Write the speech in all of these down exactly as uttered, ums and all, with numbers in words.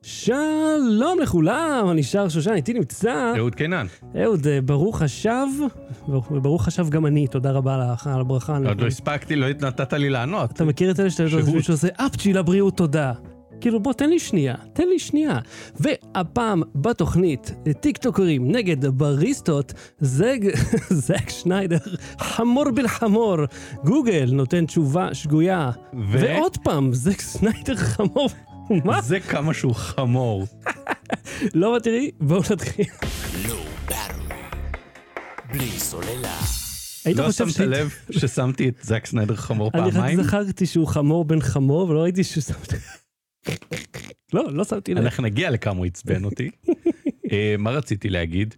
שלום לכולם, אני שר שושן, איתי נמצא... אהוד קינן. אהוד, ברוך השב, וברוך השב גם אני, תודה רבה לך על הברכה. עוד לא הספקתי, לא נתת לי לענות. אתה מכיר את אלה שאתה יודע שעושה אפצ'י לבריאות, תודה. כאילו בוא תן לי שנייה, תן לי שנייה. והפעם בתוכנית טיקטוקרים נגד בריסטות, זג, זק שניידר, חמור בן חמור. גוגל נותן תשובה שגויה. ו... ועוד פעם, זק שניידר חמור. מה? זה כמה שהוא חמור. לא תראי, בואו נתחיל. לא ברור. בלי סוללה. לא שמת לב ששמתי את זק שניידר חמור פעמיים? אני זכרתי שהוא חמור בן חמור, ולא ראיתי שהוא שמתי... לא, לא שמתי לב. אנחנו נגיע לכמה הוא עצבן אותי. מה רציתי להגיד?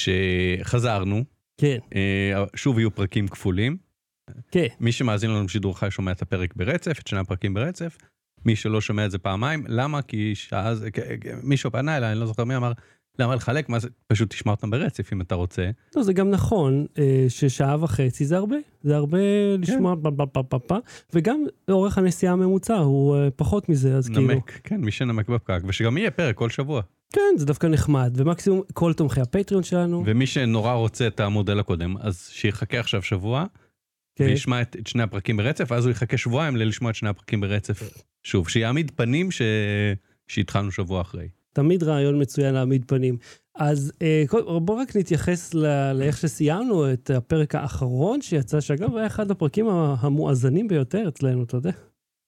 שחזרנו. כן. שוב יהיו פרקים כפולים. כן. מי שמאזין לנו בשידור חי שומע את הפרק ברצף, את שני הפרקים ברצף. מי שלא שומע את זה פעמיים. למה? כי שאז, מישהו פנה אליי, אני לא זוכר מי אמר, למה לחלק? מה זה? פשוט תשמע אותם ברצף אם אתה רוצה. לא, זה גם נכון ששעה וחצי זה הרבה. זה הרבה לשמוע פפפפפפ. וגם אורך הנסיעה הממוצע הוא פחות מזה, אז כאילו. נמק, כן, מי שנמק בפקק. ושגם יהיה פרק כל שבוע. כן, זה דווקא נחמד. ומקסימום כל תומכי הפטריון שלנו. ומי שנורא רוצה את המודל הקודם, אז שיחכה עכשיו שבוע, וישמע את שני הפרקים ברצף, אז הוא יחכה שבועיים ללשמוע את שני הפרקים ברצף. שוב, שיעמיד פנים ש... שהתחלנו שבוע אחרי. תמיד רעיון מצוין להעמיד פנים. אז בואו רק נתייחס לאיך שסיימנו את הפרק האחרון שיצא, שאגב היה אחד הפרקים המואזנים ביותר אצלנו, אתה יודע.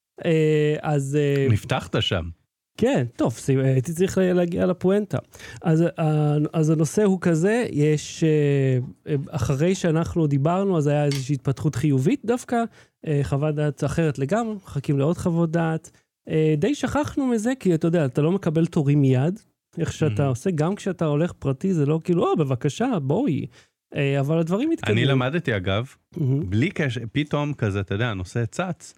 אז... נפתחת שם. כן, טוב, הייתי צריך להגיע לפואנטה. אז, אז הנושא הוא כזה, יש, אחרי שאנחנו דיברנו, אז היה איזושהי התפתחות חיובית דווקא, חוות דעת אחרת לגמרי, מחכים לעוד חוות דעת. די שכחנו מזה, כי אתה יודע, אתה לא מקבל תורים מיד, איך שאתה עושה, גם כשאתה הולך פרטי, זה לא כאילו, או, בבקשה, בואי. אבל הדברים מתקדמים. אני למדתי אגב, בלי קשר, פתאום כזה, אתה יודע, הנושא צץ,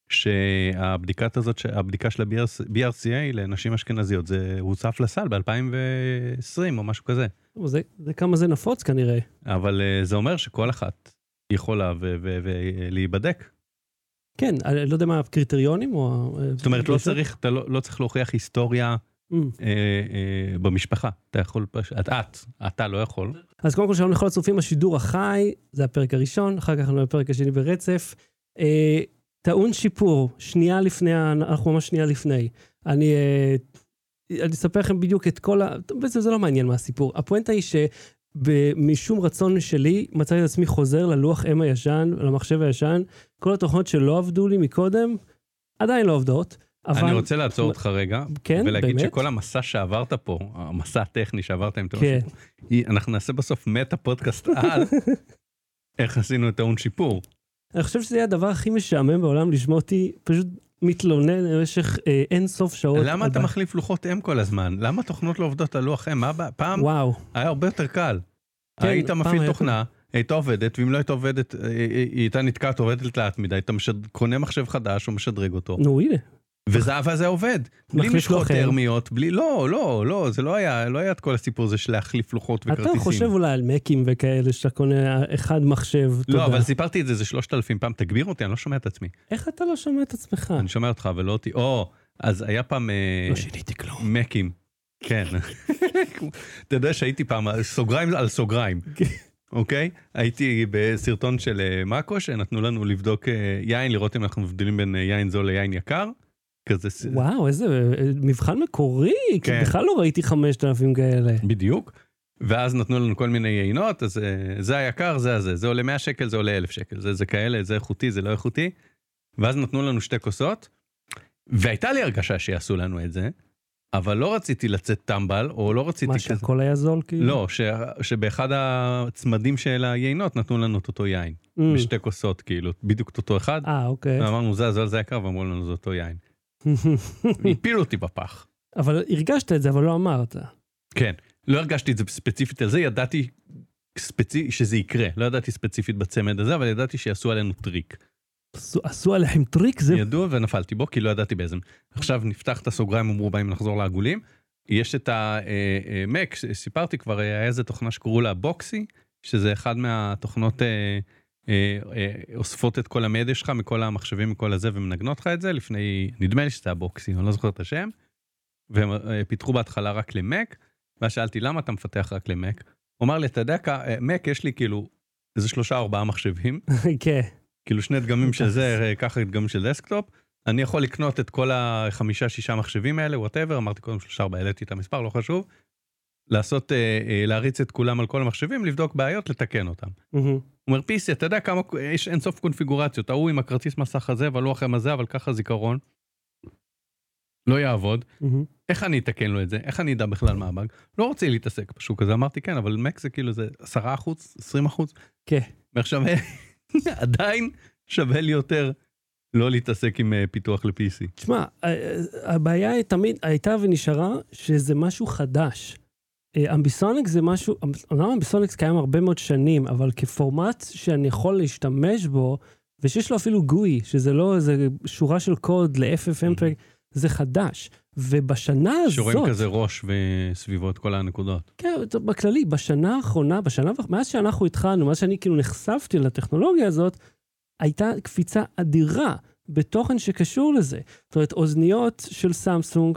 שהבדיקת הזאת, הבדיקה של ה-בי אר סי איי לנשים אשכנזיות, זה הוסף לסל ב-אלפיים ועשרים או משהו כזה. זה, זה כמה זה נפוץ כנראה. אבל זה אומר שכל אחת יכולה ולהיבדק. כן, אני לא יודע מה הקריטריונים או... זאת אומרת, לא צריך, אתה לא, לא צריך להוכיח היסטוריה אה, אה, במשפחה. אתה יכול, את, את, אתה לא יכול. אז קודם כל שלום לכל הצופים, השידור החי, זה הפרק הראשון, אחר כך אנחנו בפרק השני ברצף. אה, טעון שיפור, שנייה לפני, אנחנו ממש שנייה לפני. אני, אני אספר לכם בדיוק את כל ה... בעצם זה לא מעניין מה הסיפור. הפואנטה היא שבמשום רצון שלי, מצאתי את עצמי חוזר ללוח אם הישן, למחשב הישן, כל התוכנות שלא עבדו לי מקודם, עדיין לא עובדות. אבל... אני רוצה לעצור אותך רגע, כן, ולהגיד באמת? שכל המסע שעברת פה, המסע הטכני שעברת עם כן. אנחנו נעשה בסוף מטה פודקאסט על איך עשינו את טעון שיפור. אני חושב שזה היה הדבר הכי משעמם בעולם לשמוע אותי פשוט מתלונן במשך אה, אין סוף שעות. למה אתה מחליף לוחות אם כל הזמן? למה תוכנות לא עובדות על לוח אם? מה פעם? וואו. היה הרבה יותר קל. כן, היית מפעיל תוכנה, הייתה עובדת, ואם לא הייתה עובדת, היא הייתה נתקעת, עובדת לאט מדי, אתה קונה מחשב חדש או משדרג אותו. נו, הנה. וזה וזה עובד. בלי משחות טרמיות, בלי, לא, לא, לא, זה לא היה, לא היה את כל הסיפור הזה של להחליף לוחות וכרטיסים. אתה חושב אולי על מקים וכאלה שאתה קונה אחד מחשב, תודה. לא, אבל סיפרתי את זה, זה שלושת אלפים פעם, תגביר אותי, אני לא שומע את עצמי. איך אתה לא שומע את עצמך? אני שומע אותך, אבל לא אותי. או, אז היה פעם... לא שיניתי כלום. מקים. כן. אתה יודע שהייתי פעם, סוגריים על סוגריים. אוקיי? הייתי בסרטון של מאקו, שנתנו לנו לבדוק יין, לראות אם אנחנו מבדילים בין יין זול ליין יקר. כזה... וואו, איזה מבחן מקורי, כי בכלל לא ראיתי חמשת אלפים כאלה. בדיוק. ואז נתנו לנו כל מיני יינות, אז זה היקר, זה הזה. זה עולה מאה שקל, זה עולה אלף שקל. זה, זה כאלה, זה איכותי, זה לא איכותי. ואז נתנו לנו שתי כוסות, והייתה לי הרגשה שיעשו לנו את זה, אבל לא רציתי לצאת טמבל, או לא רציתי... מה, שהכל היה זול כאילו? לא, ש... שבאחד הצמדים של היינות נתנו לנו את אותו יין. Mm. בשתי כוסות, כאילו, בדיוק את אותו אחד. אה, אוקיי. ואמרנו, זה הזול, זה יקר, ואמרו לנו, זה אותו יין. הפילו אותי בפח. אבל הרגשת את זה, אבל לא אמרת. כן, לא הרגשתי את זה ספציפית על זה, ידעתי ספצי... שזה יקרה. לא ידעתי ספציפית בצמד הזה, אבל ידעתי שיעשו עלינו טריק. עשו, עשו עליהם טריק? זה... ידוע ונפלתי בו, כי לא ידעתי באיזה. עכשיו נפתח את הסוגריים, אמרו באים לחזור לעגולים. יש את המק, סיפרתי כבר, היה איזה תוכנה שקראו לה בוקסי, שזה אחד מהתוכנות... אוספות את כל המדיה שלך מכל המחשבים מכל הזה ומנגנות לך את זה לפני, נדמה לי שזה הבוקסי, אני לא זוכר את השם, והם פיתחו בהתחלה רק למק, ואז שאלתי, למה אתה מפתח רק למק? הוא אמר לי, אתה יודע, מק יש לי כאילו איזה שלושה ארבעה מחשבים, כן. כאילו שני דגמים של זה, ככה דגמים של דסקטופ, אני יכול לקנות את כל החמישה, שישה מחשבים האלה, whatever, אמרתי קודם שלושה ארבעה, העליתי את המספר, לא חשוב, לעשות, להריץ את כולם על כל המחשבים, לבדוק בעיות, לתקן אותם. הוא אומר, פי סי, אתה יודע כמה, יש אינסוף קונפיגורציות, ההוא עם הכרטיס מסך הזה, והלוח עם הזה, אבל ככה זיכרון, לא יעבוד. איך אני אתקן לו את זה? איך אני אדע בכלל מה הבאג? לא רוצה להתעסק בשוק הזה, אמרתי כן, אבל מק זה כאילו זה עשרה אחוז, עשרים אחוז. כן. ועכשיו, עדיין שווה לי יותר לא להתעסק עם פיתוח ל-פי סי. תשמע, הבעיה תמיד הייתה ונשארה שזה משהו חדש. אמביסוניקס זה משהו, אמנם אמביסוניקס קיים הרבה מאוד שנים, אבל כפורמט שאני יכול להשתמש בו, ושיש לו אפילו גוי, שזה לא איזה שורה של קוד ל-אף אף אם פי, זה חדש. ובשנה הזאת... שרואים כזה ראש וסביבות כל הנקודות. כן, בכללי, בשנה האחרונה, בשנה, מאז שאנחנו התחלנו, מאז שאני כאילו נחשפתי לטכנולוגיה הזאת, הייתה קפיצה אדירה בתוכן שקשור לזה. זאת אומרת, אוזניות של סמסונג,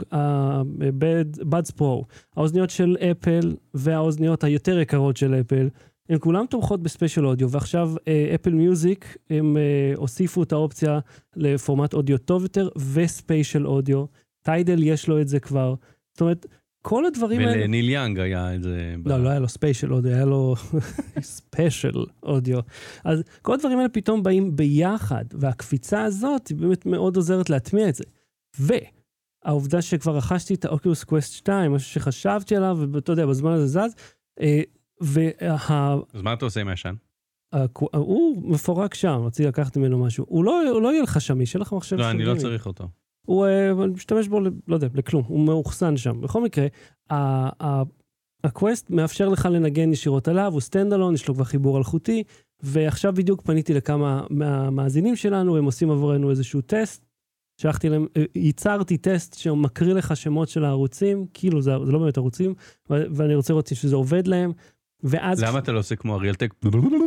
בדס פרו, האוזניות של אפל והאוזניות היותר יקרות של אפל, הן כולן תומכות בספיישל אודיו, ועכשיו אפל מיוזיק, הם הוסיפו את האופציה לפורמט אודיו טוב יותר, וספיישל אודיו. טיידל יש לו את זה כבר. זאת אומרת, כל הדברים האלה... ולניל יאנג היה את זה... לא, לא היה לו ספיישל אודיו, היה לו ספיישל אודיו. אז כל הדברים האלה פתאום באים ביחד, והקפיצה הזאת היא באמת מאוד עוזרת להטמיע את זה. והעובדה שכבר רכשתי את האוקולוס קווסט שתיים, משהו שחשבתי עליו, ואתה יודע, בזמן הזה זז, וה... אז מה אתה עושה עם הישן? הוא מפורק שם, רציתי לקחת ממנו משהו. הוא לא יהיה לך שם, יש לך מחשב... לא, אני לא צריך אותו. הוא משתמש בו, לא יודע, לכלום, הוא מאוחסן שם. בכל מקרה, הקווסט מאפשר לך לנגן ישירות עליו, הוא סטנדלון, יש לו כבר חיבור אלחוטי, ועכשיו בדיוק פניתי לכמה מהמאזינים שלנו, הם עושים עבורנו איזשהו טסט, שלחתי להם, ייצרתי טסט שמקריא לך שמות של הערוצים, כאילו זה, זה לא באמת ערוצים, ואני רוצה לראות שזה עובד להם, ואז... למה אתה לא עושה כמו אריאלטק?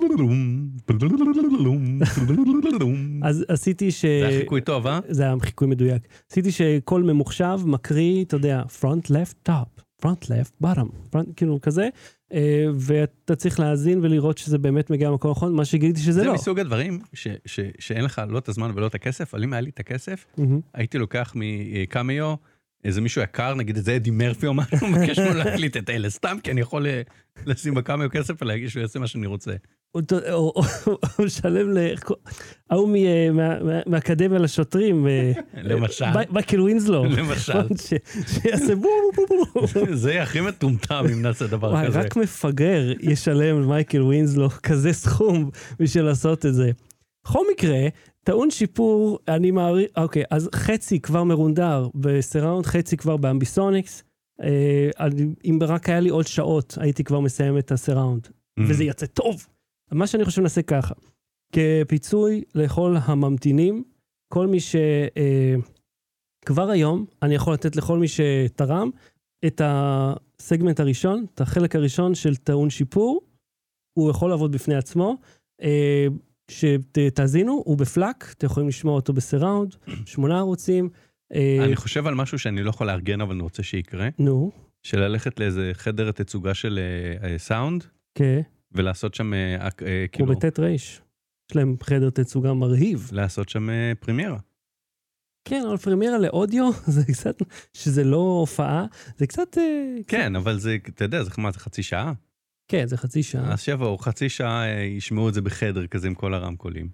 אז עשיתי ש... זה היה חיקוי טוב, אה? זה היה חיקוי מדויק. עשיתי שכל ממוחשב מקריא, אתה יודע, front left top, front left bottom, front, כאילו כזה, ואתה צריך להאזין ולראות שזה באמת מגיע למקום נכון, מה שגיליתי שזה לא. זה מסוג הדברים שאין לך לא את הזמן ולא את הכסף, אבל אם היה לי את הכסף, הייתי לוקח מקאמיו, איזה מישהו יקר, נגיד את זה אדי מרפי או משהו, מבקש לו להקליט את אלה, סתם כי אני יכול לשים בקאמיו כסף ולהגיש שהוא יעשה מה שאני רוצה. הוא משלם להוא מהאקדמיה לשוטרים, למשל. מייקל ווינסלו. למשל. שיעשה בום בום בום. זה יהיה הכי מטומטם אם נעשה דבר כזה. רק מפגר ישלם למייקל ווינסלו כזה סכום בשביל לעשות את זה. בכל מקרה, טעון שיפור, אני מעריך, אוקיי, אז חצי כבר מרונדר בסראונד, חצי כבר באמביסוניקס, אם רק היה לי עוד שעות, הייתי כבר מסיים את הסראונד, וזה יצא טוב. מה שאני חושב נעשה ככה, כפיצוי לכל הממתינים, כל מי שכבר היום, אני יכול לתת לכל מי שתרם, את הסגמנט הראשון, את החלק הראשון של טעון שיפור, הוא יכול לעבוד בפני עצמו, שתאזינו, הוא בפלאק, אתם יכולים לשמוע אותו בסראונד, שמונה ערוצים. אני חושב על משהו שאני לא יכול לארגן, אבל אני רוצה שיקרה. נו. של ללכת לאיזה חדר התצוגה של סאונד, כן. ולעשות שם, כמו כאילו... בתת רייש. יש להם חדר תצוגה מרהיב. לעשות שם פרימיירה. כן, אבל פרימיירה לאודיו, זה קצת, שזה לא הופעה, זה קצת... כן, אבל זה, אתה יודע, זה חצי שעה. כן, זה חצי שעה. אז שיבואו, חצי שעה ישמעו את זה בחדר כזה עם כל הרמקולים.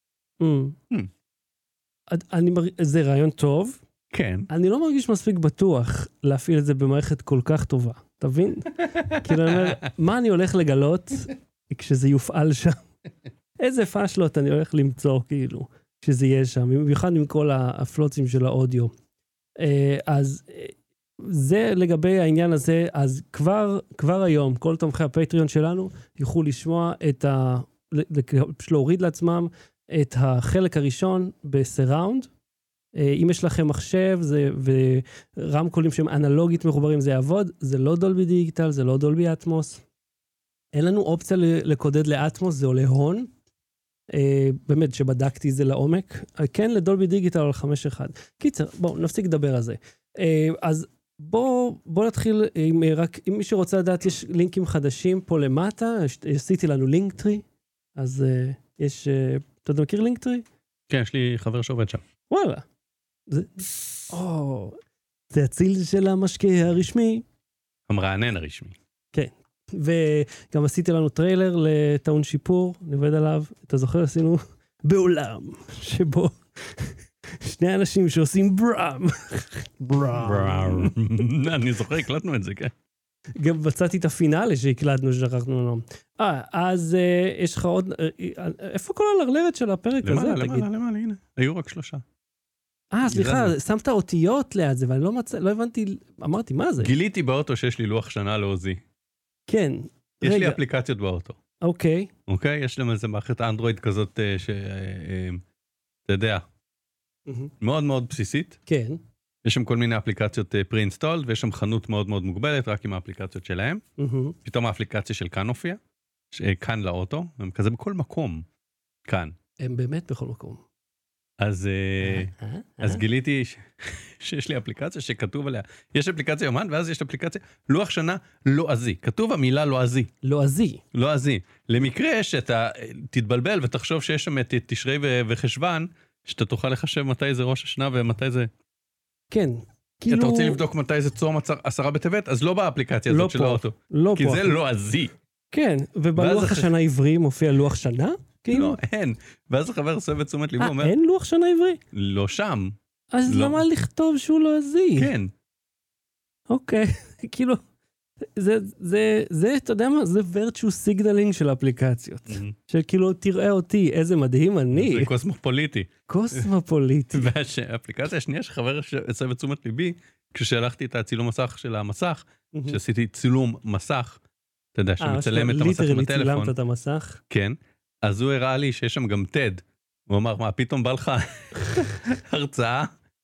זה רעיון טוב. כן. אני לא מרגיש מספיק בטוח להפעיל את זה במערכת כל כך טובה. תבין? כאילו אני אומר, מה אני הולך לגלות כשזה יופעל שם? איזה פשלות אני הולך למצוא, כאילו, כשזה יהיה שם, במיוחד עם כל הפלוצים של האודיו. אז... זה לגבי העניין הזה, אז כבר, כבר היום, כל תומכי הפטריון שלנו יוכלו לשמוע את ה... פשוט להוריד לעצמם את החלק הראשון בסראונד. אם יש לכם מחשב זה, ורמקולים שהם אנלוגית מחוברים, זה יעבוד. זה לא דולבי דיגיטל, זה לא דולבי אטמוס. אין לנו אופציה לקודד לאטמוס, זה עולה הון. באמת, שבדקתי זה לעומק. כן, לדולבי דיגיטל על חמש אחד. קיצר, בואו, נפסיק לדבר על זה. אז בוא, בוא נתחיל עם רק, אם מי שרוצה לדעת, יש לינקים חדשים פה למטה, עשיתי לנו לינקטרי, אז uh, יש, uh, אתה יודע, מכיר לינקטרי? כן, יש לי חבר שעובד שם. וואלה. זה, או, זה הציל של המשקה הרשמי. המרענן הרשמי. כן, וגם עשיתי לנו טריילר לטעון שיפור, נעבד עליו, אתה זוכר, עשינו בעולם, שבו שני אנשים שעושים בראם. בראם. אני זוכר, הקלטנו את זה, כן. גם בצעתי את הפינאלי שהקלטנו, ששכחנו לנו. אה, אז אה, יש לך עוד... אה, איפה כל הלרלרת של הפרק הזה, למעלה, תגיד? למעלה, למעלה, הנה. היו רק שלושה. אה, סליחה, שמת אותיות ליד זה, ואני לא מצא, לא הבנתי, אמרתי, מה זה? גיליתי באוטו שיש לי לוח שנה לעוזי. כן, יש רגע. לי אפליקציות באוטו. אוקיי. אוקיי? יש להם איזה מערכת אנדרואיד כזאת, אה, ש... אה, אה, אתה יודע, מאוד מאוד בסיסית. כן. יש שם כל מיני אפליקציות פרי-אינסטולד, ויש שם חנות מאוד מאוד מוגבלת, רק עם האפליקציות שלהם. פתאום האפליקציה של כאן הופיע, כאן לאוטו, הם כזה בכל מקום, כאן. הם באמת בכל מקום. אז, אז גיליתי שיש לי אפליקציה שכתוב עליה, יש אפליקציה יומן, ואז יש אפליקציה לוח שנה לועזי. כתוב המילה לועזי. לועזי. לועזי. למקרה שאתה תתבלבל ותחשוב שיש שם את תשרי וחשוון, שאתה תוכל לחשב מתי זה ראש השנה ומתי זה... כן. כי אתה רוצה לבדוק מתי זה צום עשרה בטבת, אז לא באפליקציה הזאת של האוטו. לא פה. כי זה לועזי. כן, ובלוח השנה העברי מופיע לוח שנה? לא, אין. ואז החבר עושה בתשומת ליבו, אומר... אה, אין לוח שנה עברי? לא שם. אז למה לכתוב שהוא לועזי? כן. אוקיי, כאילו, זה, זה, זה, אתה יודע מה? זה virtue signaling של האפליקציות. שכאילו, תראה אותי, איזה מדהים אני. זה קוסמופוליטי. קוסמופוליטי. והאפליקציה השנייה שחבר עשה בתשומת ליבי, כששלחתי את הצילום מסך של המסך, שעשיתי צילום מסך, אתה יודע, שמצלם את המסך עם הטלפון. ליטרלי צילמת את המסך. כן. אז הוא הראה לי שיש שם גם טד. הוא אמר, מה, פתאום בא לך הרצאה?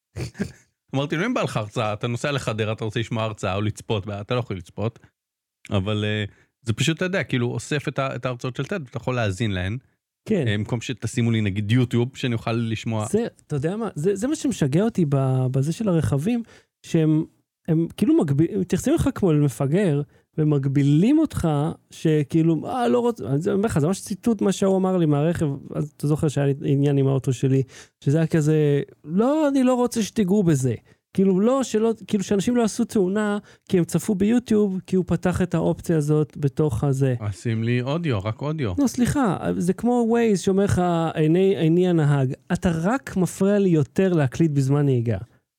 אמרתי לו, אם בא לך הרצאה, אתה נוסע לחדר, אתה רוצה לשמוע הרצאה או לצפות, אתה לא יכול לצפות, אבל זה פשוט, אתה יודע, כאילו, אוסף את ההרצאות של טד, ואתה יכול להאזין להן. כן. במקום שתשימו לי, נגיד, יוטיוב, שאני אוכל לשמוע. זה, אתה יודע מה, זה, זה מה שמשגע אותי בזה של הרכבים, שהם הם כאילו מגבילים, מתייחסים לך כמו למפגר, ומגבילים אותך, שכאילו, אה, לא רוצה, אני אומר לך, זה ממש ציטוט מה שהוא אמר לי מהרכב, אז אתה זוכר שהיה לי עניין עם האוטו שלי, שזה היה כזה, לא, אני לא רוצה שתיגעו בזה. כאילו, לא, שלא, כאילו, שאנשים לא עשו תאונה, כי הם צפו ביוטיוב, כי הוא פתח את האופציה הזאת בתוך הזה. עושים לי אודיו, רק אודיו. לא, סליחה, זה כמו ווייז שאומר לך, עיני, עיני הנהג, אתה רק מפריע לי יותר להקליט בזמן נהיגה.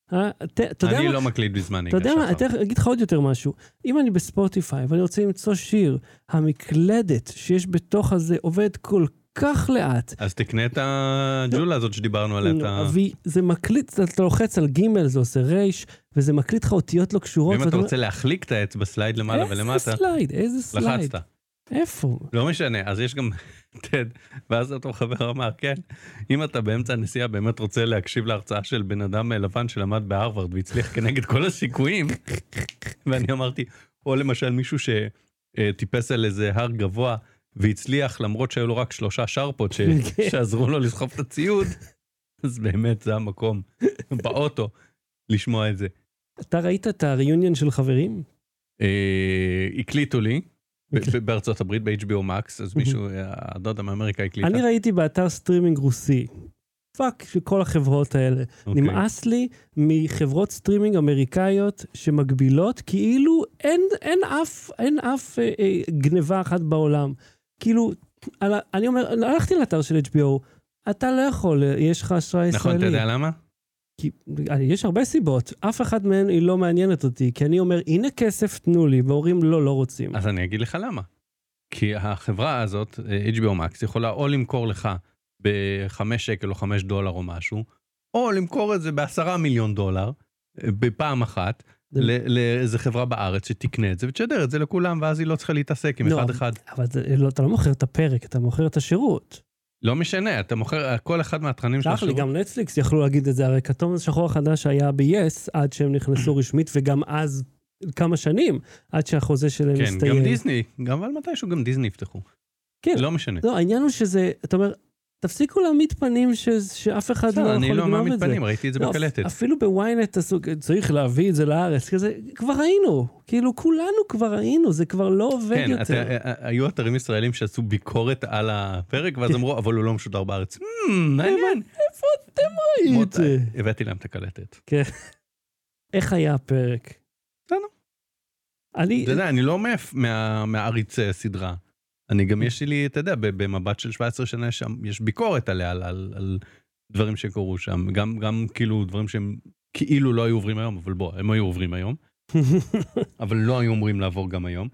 אני לא מקליט בזמן נהיגה. אתה יודע מה, אני אגיד לך עוד יותר משהו. אם אני בספוטיפיי ואני רוצה למצוא שיר, המקלדת שיש בתוך הזה עובד כל כך לאט. אז תקנה את הג'ולה הזאת שדיברנו עליה. זה מקליט, אתה לוחץ על ג' זה עושה רייש, וזה מקליט לך אותיות לא קשורות. ואם אתה רוצה להחליק את האצבע סלייד למעלה ולמטה. איזה סלייד, איזה סלייד. לחצת. איפה? לא משנה, אז יש גם טד, ואז אותו חבר אמר, כן, אם אתה באמצע הנסיעה באמת רוצה להקשיב להרצאה של בן אדם לבן שלמד בהרווארד, והצליח כנגד כל הסיכויים, ואני אמרתי, או למשל מישהו שטיפס על איזה הר גבוה, והצליח למרות שהיו לו רק שלושה שרפות שעזרו לו לסחוב את הציוד, אז באמת זה המקום באוטו לשמוע את זה. אתה ראית את הריוניון של חברים? הקליטו לי. בארצות הברית, ב-אייץ' בי או Max, אז מישהו, הדודה מאמריקה הקליטה. אני ראיתי באתר סטרימינג רוסי. פאק של כל החברות האלה. נמאס לי מחברות סטרימינג אמריקאיות שמגבילות, כאילו אין אף, אין אף גניבה אחת בעולם. כאילו, אני אומר, הלכתי לאתר של אייץ' בי או, אתה לא יכול, יש לך אשראי ישראלי. נכון, אתה יודע למה? כי יש הרבה סיבות, אף אחד מהן היא לא מעניינת אותי, כי אני אומר, הנה כסף תנו לי, והורים לא, לא רוצים. אז אני אגיד לך למה. כי החברה הזאת, אייץ' בי או Max, יכולה או למכור לך בחמש שקל או חמש דולר או משהו, או למכור את זה בעשרה מיליון דולר, בפעם אחת, לאיזה חברה בארץ שתקנה את זה, ותשדר את זה לכולם, ואז היא לא צריכה להתעסק עם אחד אחד. אבל אתה לא מוכר את הפרק, אתה מוכר את השירות. לא משנה, אתה מוכר כל אחד מהתכנים של השירות. גם נטפליקס יכלו להגיד את זה, הרי כתום שחור החדש היה ב-Yes, עד שהם נכנסו רשמית, וגם אז כמה שנים, עד שהחוזה שלהם מסתיים. כן, גם דיסני, גם על מתישהו גם דיסני יפתחו. כן. לא משנה. לא, העניין הוא שזה, אתה אומר, תפסיקו להעמיד פנים ש... שאף אחד לא יכול לגנוב את זה. אני לא מעמיד פנים, ראיתי את זה בקלטת. אפילו בוויינט צריך להביא את זה לארץ, כזה, כבר ראינו, כאילו כולנו כבר ראינו, זה כבר לא עובד כן, יותר. כן, היו אתרים ישראלים שעשו ביקורת על הפרק, ואז אמרו, אבל הוא לא משודר בארץ. מעניין. איפה אתם ראיתם? הבאתי להם את הקלטת. כן. איך היה הפרק? בסדר. אני... אתה יודע, אני לא מהעריץ סדרה. אני גם יש לי, אתה יודע, במבט של שבע עשרה שנה יש ביקורת עליה, על דברים שקורו שם. גם כאילו דברים שהם כאילו לא היו עוברים היום, אבל בוא, הם היו עוברים היום. אבל לא היו אומרים לעבור גם היום.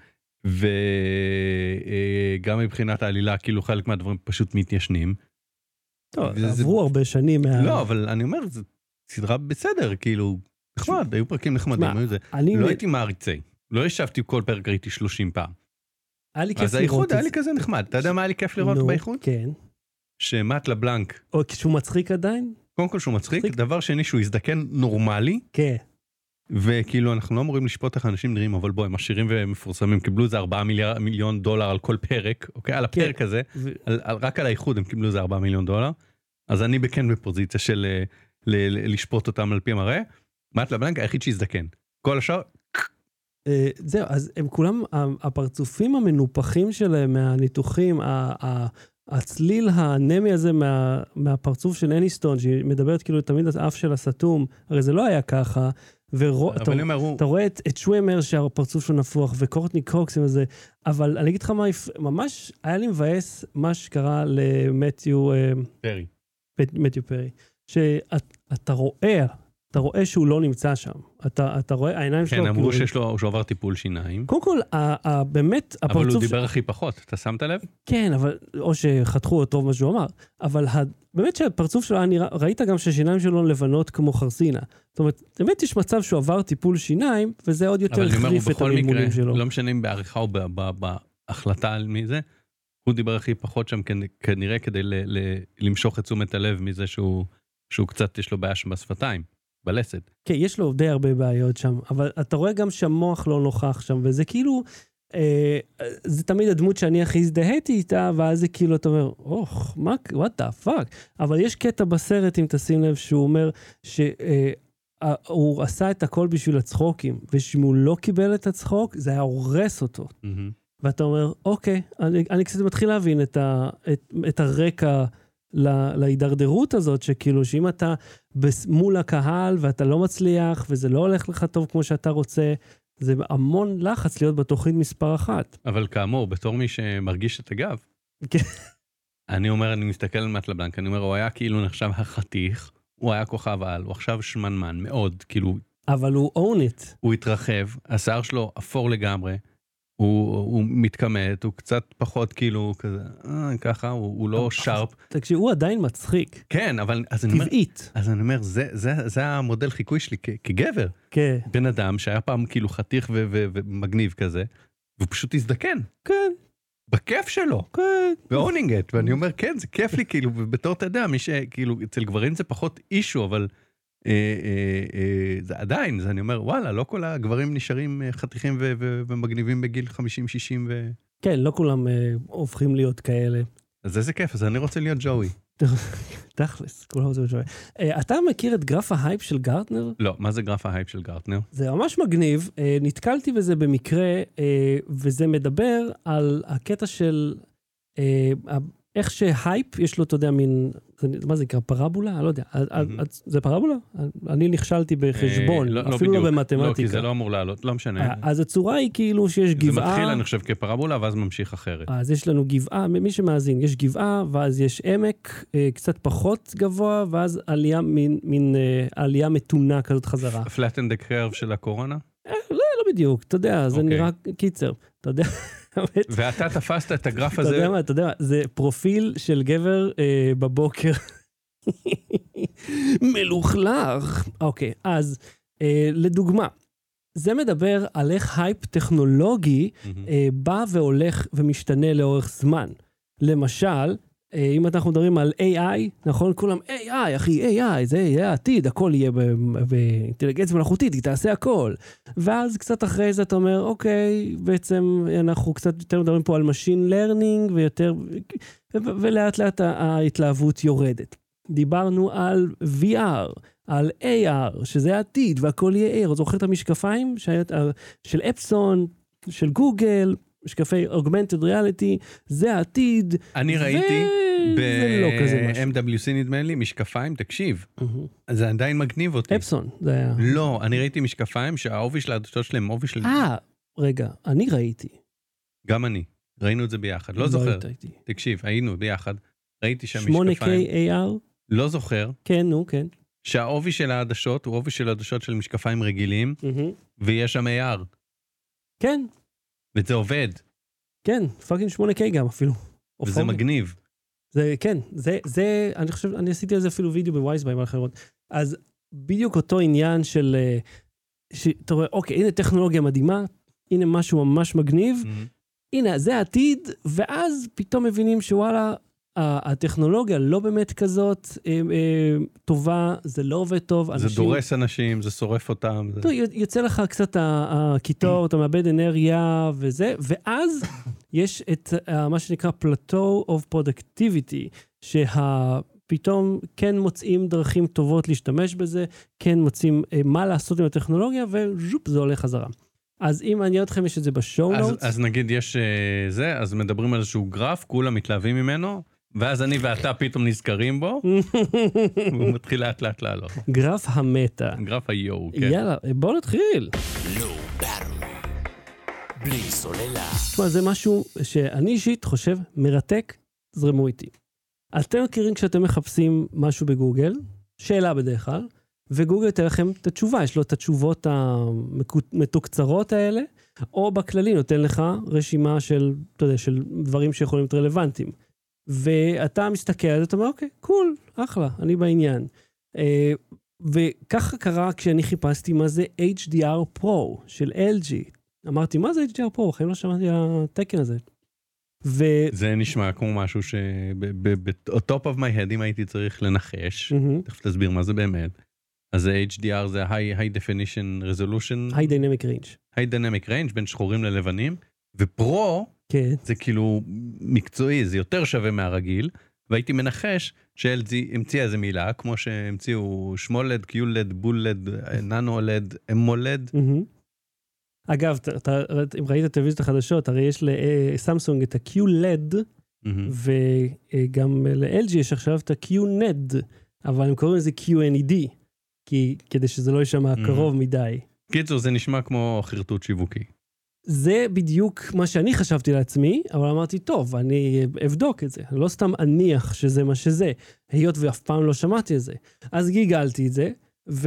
וגם מבחינת העלילה, כאילו חלק מהדברים פשוט מתיישנים. טוב, עברו הרבה שנים. לא, אבל אני אומר, זו סדרה בסדר, כאילו, נחמד, היו פרקים נחמדים. לא הייתי מעריצי. לא ישבתי כל פרק, ראיתי שלושים פעם. אז האיחוד היה לי כזה נחמד. אתה יודע מה היה לי כיף לראות באיחוד? כן. שמט לבלנק. או כשהוא מצחיק עדיין? קודם כל שהוא מצחיק. דבר שני שהוא הזדקן נורמלי. כן. וכאילו אנחנו לא אמורים לשפוט איך אנשים נראים, אבל בוא, הם עשירים ומפורסמים, קיבלו איזה ארבעה מיליון דולר על כל פרק, אוקיי? על הפרק הזה. רק על האיחוד הם קיבלו איזה ארבעה מיליון דולר. אז אני בכן בפוזיציה של לשפוט אותם על פי המראה. מט לבלנק היחיד שהזדקן. כל השאר... זהו, אז הם כולם, הפרצופים המנופחים שלהם מהניתוחים, הצליל הנמי הזה מהפרצוף של אניסטון, שהיא מדברת כאילו תמיד את האף של הסתום, הרי זה לא היה ככה, ואתה רואה את שוומר שהפרצוף שלו נפוח, וקורטני קוקס עם זה, אבל אני אגיד לך מה, ממש היה לי מבאס מה שקרה למתיו פרי, מתיו פרי, שאתה רואה, אתה רואה שהוא לא נמצא שם. אתה, אתה רואה, העיניים שלו... כן, אמרו שיש לו, שהוא עבר טיפול שיניים. קודם כל, באמת, הפרצוף... אבל הוא דיבר הכי פחות, אתה שמת לב? כן, אבל, או שחתכו אותו מה שהוא אמר. אבל באמת שהפרצוף שלו, אני ראית גם שהשיניים שלו לבנות כמו חרסינה. זאת אומרת, באמת יש מצב שהוא עבר טיפול שיניים, וזה עוד יותר חריף את המלמולים שלו. לא משנה אם בעריכה או בהחלטה על מי זה, הוא דיבר הכי פחות שם כנראה כדי למשוך את תשומת הלב מזה שהוא קצת יש לו בעיה שם בשפתיים. בלסת. כן, יש לו די הרבה בעיות שם, אבל אתה רואה גם שהמוח לא נוכח שם, וזה כאילו, אה, זה תמיד הדמות שאני הכי הזדהיתי איתה, ואז זה כאילו, אתה אומר, אוח, מה, what the fuck? אבל יש קטע בסרט, אם תשים לב, שהוא אומר, שהוא עשה את הכל בשביל הצחוקים, ושאם הוא לא קיבל את הצחוק, זה היה הורס אותו. Mm-hmm. ואתה אומר, אוקיי, אני, אני קצת מתחיל להבין את, ה, את, את הרקע, להידרדרות הזאת, שכאילו שאם אתה מול הקהל ואתה לא מצליח וזה לא הולך לך טוב כמו שאתה רוצה, זה המון לחץ להיות בתוכנית מספר אחת. אבל כאמור, בתור מי שמרגיש את הגב, אני אומר, אני מסתכל על מט לבלנק, אני אומר, הוא היה כאילו נחשב החתיך, הוא היה כוכב על, הוא עכשיו שמנמן מאוד, כאילו... אבל הוא own it. הוא התרחב, השיער שלו אפור לגמרי, הוא, הוא מתכמת, הוא קצת פחות כאילו כזה, אה, ככה, הוא, הוא לא שרפ. תקשיב, הוא עדיין מצחיק. כן, אבל... אז טבעית. אני אומר, אז אני אומר, זה, זה, זה המודל חיקוי שלי כ, כגבר. כן. בן אדם שהיה פעם כאילו חתיך ו, ו, ומגניב כזה, והוא פשוט הזדקן. כן. בכיף שלו. כן. באונינגט, ואני אומר, כן, זה כיף לי כאילו, ובתור אתה יודע, מי שכאילו, אצל גברים זה פחות אישו, אבל... אה, אה, אה, זה עדיין, זה אני אומר, וואלה, לא כל הגברים נשארים חתיכים ו- ו- ומגניבים בגיל חמישים שישים ו... כן, לא כולם אה, הופכים להיות כאלה. אז איזה כיף, אז אני רוצה להיות ג'וי. תכלס, כולם רוצים להיות ג'וי. אה, אתה מכיר את גרף ההייפ של גרטנר? לא, מה זה גרף ההייפ של גרטנר? זה ממש מגניב, אה, נתקלתי בזה במקרה, אה, וזה מדבר על הקטע של... אה, איך שהייפ, יש לו, אתה יודע, מין, מה זה נקרא, פרבולה? אני לא יודע. זה פרבולה? אני נכשלתי בחשבון, אפילו לא במתמטיקה. לא, כי זה לא אמור לעלות, לא משנה. אז הצורה היא כאילו שיש גבעה... זה מתחיל, אני חושב, כפרבולה, ואז ממשיך אחרת. אז יש לנו גבעה, מי שמאזין, יש גבעה, ואז יש עמק, קצת פחות גבוה, ואז עלייה, מין עלייה מתונה כזאת חזרה. flatten the curve של הקורונה? לא, לא בדיוק, אתה יודע, זה נראה קיצר, אתה יודע... ואתה תפסת את הגרף הזה. אתה יודע מה, אתה יודע מה, זה פרופיל של גבר אה, בבוקר. מלוכלך. אוקיי, אז אה, לדוגמה, זה מדבר על איך הייפ טכנולוגי אה, בא והולך ומשתנה לאורך זמן. למשל, אם אנחנו מדברים על איי איי, נכון? כולם איי איי, אחי, איי איי, זה יהיה העתיד, הכל יהיה באינטליגנציה מלאכותית, היא תעשה הכל. ואז קצת אחרי זה אתה אומר, אוקיי, בעצם אנחנו קצת יותר מדברים פה על Machine Learning, ויותר, ולאט לאט ההתלהבות יורדת. דיברנו על וי אר, על איי אר, שזה העתיד, והכל יהיה איי אר. זוכר את המשקפיים של אפסון, של גוגל, משקפי Augmented Reality, זה העתיד. אני ראיתי ב-אם דאבליו סי נדמה לי, משקפיים, תקשיב, זה עדיין מגניב אותי. אפסון, זה היה... לא, אני ראיתי משקפיים שהעובי של העדשות שלהם, עובי של... אה, רגע, אני ראיתי. גם אני, ראינו את זה ביחד, לא זוכר. תקשיב, היינו ביחד, ראיתי שם משקפיים. שמונה קיי איי אר? לא זוכר. כן, נו, כן. שהעובי של העדשות הוא עובי של העדשות של משקפיים רגילים, ויש שם איי אר. כן. וזה עובד. כן, פאקינג שמונה קיי גם אפילו. וזה מגניב. זה, כן, זה, זה, אני חושב, אני עשיתי על זה אפילו וידאו בווייזביי ואחרות. אז בדיוק אותו עניין של, שאתה רואה, אוקיי, הנה טכנולוגיה מדהימה, הנה משהו ממש מגניב, mm-hmm. הנה, זה העתיד, ואז פתאום מבינים שוואלה, הטכנולוגיה לא באמת כזאת אה, אה, טובה, זה לא עובד טוב. זה אנשים... דורס אנשים, זה שורף אותם. זה... טוב, יוצא לך קצת הקיטור, אתה מאבד אנרגיה וזה, ואז יש את uh, מה שנקרא Plateau of Productivity, שפתאום כן מוצאים דרכים טובות להשתמש בזה, כן מוצאים uh, מה לעשות עם הטכנולוגיה, וז'ופ, זה הולך חזרה. אז אם מעניין אתכם, יש את זה בשואו נוטס. אז נגיד יש uh, זה, אז מדברים על איזשהו גרף, כולם מתלהבים ממנו, ואז אני ואתה פתאום נזכרים בו, והוא מתחיל לאט לאט לעלות. גרף המטה. גרף היו, כן. יאללה, בואו נתחיל. Low battery. בלי סוללה. תשמע, זה משהו שאני אישית חושב מרתק, זרמו איתי. אתם מכירים כשאתם מחפשים משהו בגוגל, שאלה בדרך כלל, וגוגל יתן לכם את התשובה, יש לו את התשובות המתוקצרות האלה, או בכללי נותן לך רשימה של, אתה יודע, של דברים שיכולים להיות רלוונטיים. ואתה מסתכל על זה, אתה אומר, אוקיי, קול, אחלה, אני בעניין. וככה קרה כשאני חיפשתי מה זה אייץ' די אר Pro של אל ג'י. אמרתי, מה זה אייץ' די אר Pro? בחיים לא שמעתי על התקן הזה. ו... זה נשמע כמו משהו ב-top of my head, אם הייתי צריך לנחש, תכף תסביר מה זה באמת. אז אייץ' די אר זה High Definition Resolution. High Dynamic Range. High Dynamic Range, בין שחורים ללבנים, ופרו, כן. זה כאילו מקצועי, זה יותר שווה מהרגיל, והייתי מנחש ש-אל ג'י המציאה איזה מילה, כמו שהמציאו שמולד, קיולד, בולד, ננו-לד, אמולד. אגב, אתה, אם ראית את הטלוויזיות החדשות, הרי יש לסמסונג את ה-קיולד, וגם ל-אל ג'י יש עכשיו את ה-קיונד, אבל הם קוראים לזה קיו אן אי די, כי, כדי שזה לא יישמע קרוב מדי. קיצור, זה נשמע כמו חרטוט שיווקי. זה בדיוק מה שאני חשבתי לעצמי, אבל אמרתי, טוב, אני אבדוק את זה. לא סתם אניח שזה מה שזה, היות ואף פעם לא שמעתי את זה. אז גיגלתי את זה,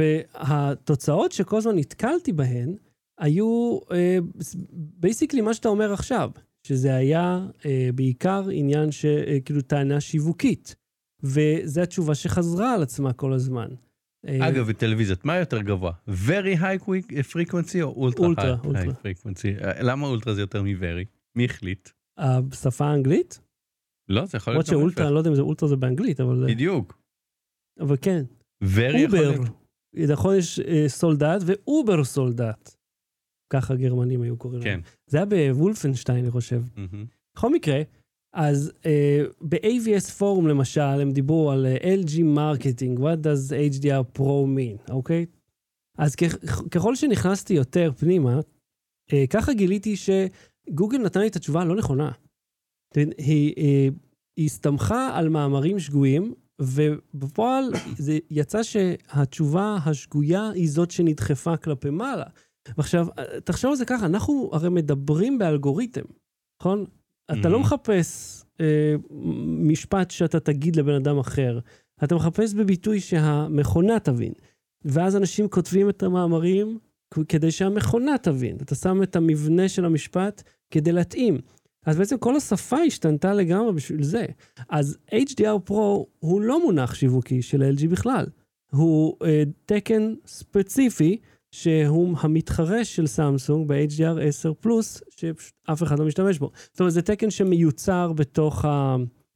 והתוצאות שכל הזמן נתקלתי בהן, היו בייסיקלי מה שאתה אומר עכשיו, שזה היה בעיקר עניין שכאילו טענה שיווקית, וזו התשובה שחזרה על עצמה כל הזזמן. אגב, בטלוויזיות, מה יותר גבוה? Very high frequency או ultra high frequency? למה אולטרה זה יותר מ-very? מי החליט? בשפה האנגלית? לא, זה יכול להיות גם אולטרה, אני לא יודע אם זה אולטרה זה באנגלית, אבל... בדיוק. אבל כן. very יכול להיות. נכון, יש סולדט ואובר סולדט. ככה הגרמנים היו קוראים להם. זה היה בוולפנשטיין, אני חושב. בכל מקרה, אז uh, ב-איי וי אס פורום למשל, הם דיברו על uh, אל ג'י Marketing, what does אייץ' די אר Pro mean, אוקיי? אז כ- ככל שנכנסתי יותר פנימה, uh, ככה גיליתי שגוגל נתן לי את התשובה הלא נכונה. היא, היא, היא הסתמכה על מאמרים שגויים, ובפועל זה יצא שהתשובה השגויה היא זאת שנדחפה כלפי מעלה. ועכשיו, תחשוב על זה ככה, אנחנו הרי מדברים באלגוריתם, נכון? אתה לא מחפש אה, משפט שאתה תגיד לבן אדם אחר, אתה מחפש בביטוי שהמכונה תבין, ואז אנשים כותבים את המאמרים כדי שהמכונה תבין, אתה שם את המבנה של המשפט כדי להתאים, אז בעצם כל השפה השתנתה לגמרי בשביל זה, אז אייץ' די אר Pro הוא לא מונח שיווקי של אל ג'י בכלל, הוא אה, תקן ספציפי, שהוא המתחרה של סמסונג ב-אייץ' די אר עשר פלוס, שאף אחד לא משתמש בו. זאת אומרת, זה תקן שמיוצר בתוך, ה,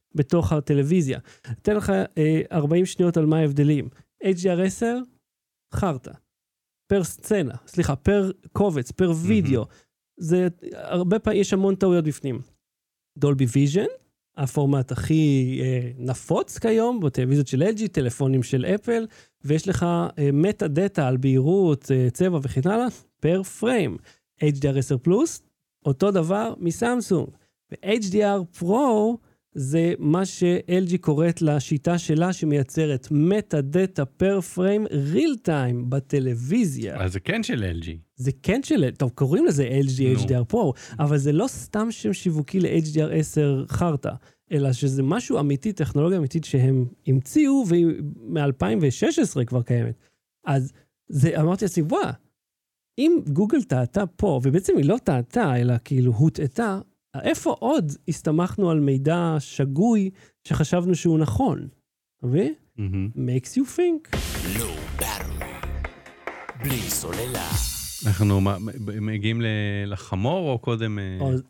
בתוך הטלוויזיה. אתן לך אה, ארבעים שניות על מה ההבדלים. אייץ' די אר עשר, חרטה. פר סצנה, סליחה, פר קובץ, פר וידאו. זה הרבה פעמים, יש המון טעויות בפנים. דולבי ויז'ן, הפורמט הכי אה, נפוץ כיום, בטלוויזיות של אל ג'י, טלפונים של אפל, ויש לך אה, מטה דאטה על בהירות, אה, צבע וכן הלאה, פר פריים. אייץ' די אר עשר פלוס, אותו דבר מסמסונג. ו-אייץ' די אר Pro זה מה ש-אל ג'י קוראת לשיטה שלה שמייצרת מטה דאטה פר פריים ריל טיים בטלוויזיה. אז זה כן של אל ג'י. זה כן של, טוב, קוראים לזה אל ג'י אייץ' די אר Pro, אבל זה לא סתם שם שיווקי ל-אייץ' די אר עשר חרטה, אלא שזה משהו אמיתי, טכנולוגיה אמיתית שהם המציאו, והיא מ-אלפיים ושש עשרה כבר קיימת. אז זה, אמרתי לעצמי, וואה, אם גוגל טעתה פה, ובעצם היא לא טעתה, אלא כאילו הוטעתה, איפה עוד הסתמכנו על מידע שגוי שחשבנו שהוא נכון? מבין? makes you think. Low battery. בלי סוללה. אנחנו מגיעים לחמור או קודם?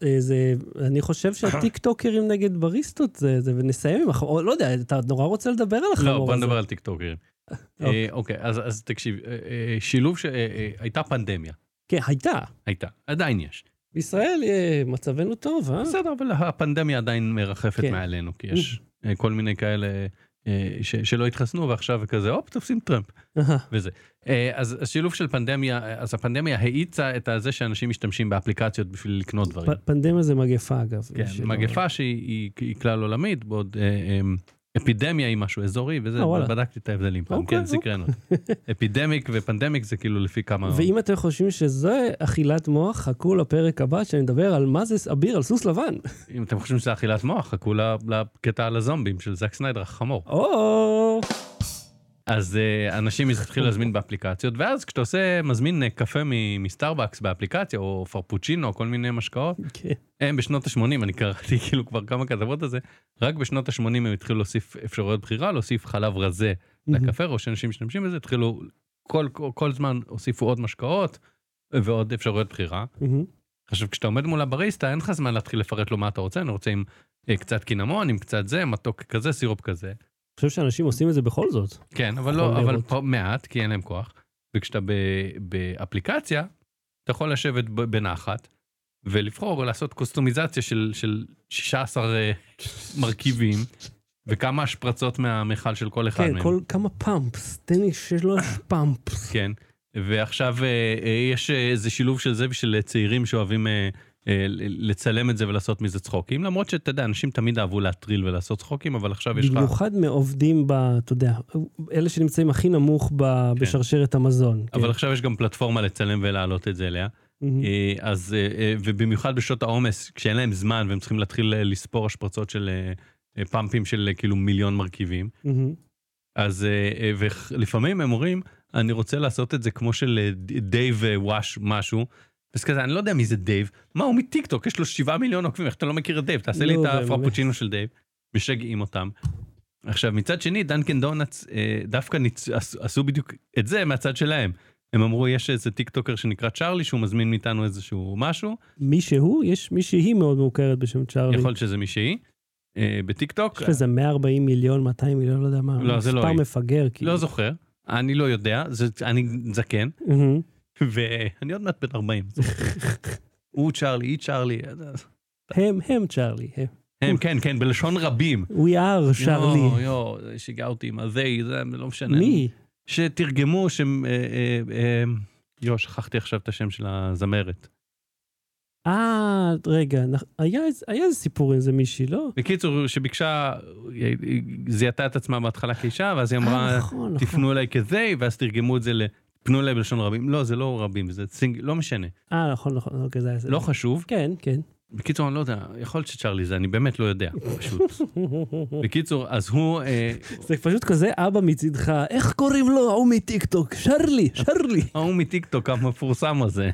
אני חושב שהטיקטוקרים נגד בריסטות זה, ונסיים עם החמור, לא יודע, אתה נורא רוצה לדבר על החמור הזה. לא, בוא נדבר על טיקטוקרים. אוקיי, אז תקשיב, שילוב שהייתה פנדמיה. כן, הייתה. הייתה, עדיין יש. בישראל מצבנו טוב, אה? בסדר, אבל הפנדמיה עדיין מרחפת מעלינו, כי יש כל מיני כאלה שלא התחסנו, ועכשיו כזה, הופ, תופסים טראמפ. וזה. אז השילוב של פנדמיה, אז הפנדמיה האיצה את זה שאנשים משתמשים באפליקציות בשביל לקנות דברים. פנדמיה זה מגפה, אגב. כן, מגפה שהיא כלל עולמית, בעוד אפידמיה היא משהו אזורי, וזה, בדקתי את ההבדלים פעם, כן, סקרנו. אפידמיק ופנדמיק זה כאילו לפי כמה... ואם אתם חושבים שזה אכילת מוח, חכו לפרק הבא שאני מדבר על מה זה אביר על סוס לבן. אם אתם חושבים שזה אכילת מוח, חכו לקטע על הזומבים של זאק סניידר, החמור. או! אז אנשים התחילו להזמין באפליקציות, ואז כשאתה עושה, מזמין קפה מסטארבקס באפליקציה, או פרפוצ'ינו, או כל מיני משקאות, הם בשנות ה-שמונים, אני קראתי כאילו כבר כמה כתבות הזה, רק בשנות ה-שמונים הם התחילו להוסיף אפשרויות בחירה, להוסיף חלב רזה לקפה, או שאנשים משתמשים בזה, התחילו כל, כל זמן הוסיפו עוד משקאות, ועוד אפשרויות בחירה. עכשיו, כשאתה עומד מול הבריסטה, אין לך זמן להתחיל לפרט לו מה אתה רוצה, אני רוצה עם קצת קינמון, עם קצת זה, מתוק כזה, סירופ כזה. אני חושב שאנשים עושים את זה בכל זאת. כן, אבל לא, אבל פה מעט, כי אין להם כוח. וכשאתה באפליקציה, אתה יכול לשבת בנחת, ולבחור או לעשות קוסטומיזציה של, של שישה עשר מרכיבים, וכמה השפרצות מהמחל של כל אחד מהם. כן, כל, כמה פאמפס, תן לי שיש לו פאמפס. כן, ועכשיו יש איזה שילוב של זה, ושל צעירים שאוהבים לצלם את זה ולעשות מזה צחוקים, למרות שאתה יודע, אנשים תמיד אהבו להטריל ולעשות צחוקים, אבל עכשיו יש לך... במיוחד מעובדים ב... אתה יודע, אלה שנמצאים הכי נמוך ב... כן. בשרשרת המזון. אבל כן. עכשיו יש גם פלטפורמה לצלם ולהעלות את זה אליה, mm-hmm. אז, ובמיוחד בשעות העומס, כשאין להם זמן, והם צריכים להתחיל לספור השפרצות של פאמפים של כאילו מיליון מרכיבים, mm-hmm. אז ולפעמים הם אומרים, אני רוצה לעשות את זה כמו של דייב וואש משהו, אז כזה, אני לא יודע מי זה דייב, מה הוא מטיקטוק, יש לו שבעה מיליון עוקבים, איך אתה לא מכיר את דייב, תעשה לי את הפרפוצ'ינו של דייב, משגעים אותם. עכשיו, מצד שני, דנקן דונטס דווקא עשו בדיוק את זה מהצד שלהם. הם אמרו, יש איזה טיקטוקר שנקרא צ'רלי, שהוא מזמין מאיתנו איזשהו משהו. מי שהוא? יש מישהי מאוד מוכרת בשם צ'רלי. יכול להיות שזה מישהי. בטיקטוק. יש לזה מאה וארבעים מיליון, מאתיים מיליון, לא יודע מה. לא, זה לא היא. מספר מפגר. לא זוכר, אני לא יודע, אני זקן. ואני עוד מעט בן ארבעים. הוא צ'רלי, היא צ'רלי. הם, הם צ'רלי. הם, כן, כן, בלשון רבים. We are צ'רלי. יו, יו, שיגע אותי עם הזה, זה לא משנה. מי? שתרגמו, ש... יו, שכחתי עכשיו את השם של הזמרת. אה, רגע, היה איזה סיפור עם זה מישהי, לא? בקיצור, שביקשה, זיהתה את עצמה בהתחלה כאישה, ואז היא אמרה, תפנו אליי כזה, ואז תרגמו את זה ל... פנו אליי בלשון רבים. לא, זה לא רבים, זה סינג, לא משנה. אה, נכון, נכון, אוקיי, זה... לא חשוב. כן, כן. בקיצור, אני לא יודע, יכול להיות שצ'רלי זה, אני באמת לא יודע, פשוט. בקיצור, אז הוא... זה פשוט כזה אבא מצדך, איך קוראים לו? הוא מטיקטוק, שרלי, שרלי. הוא מטיקטוק, המפורסם הזה.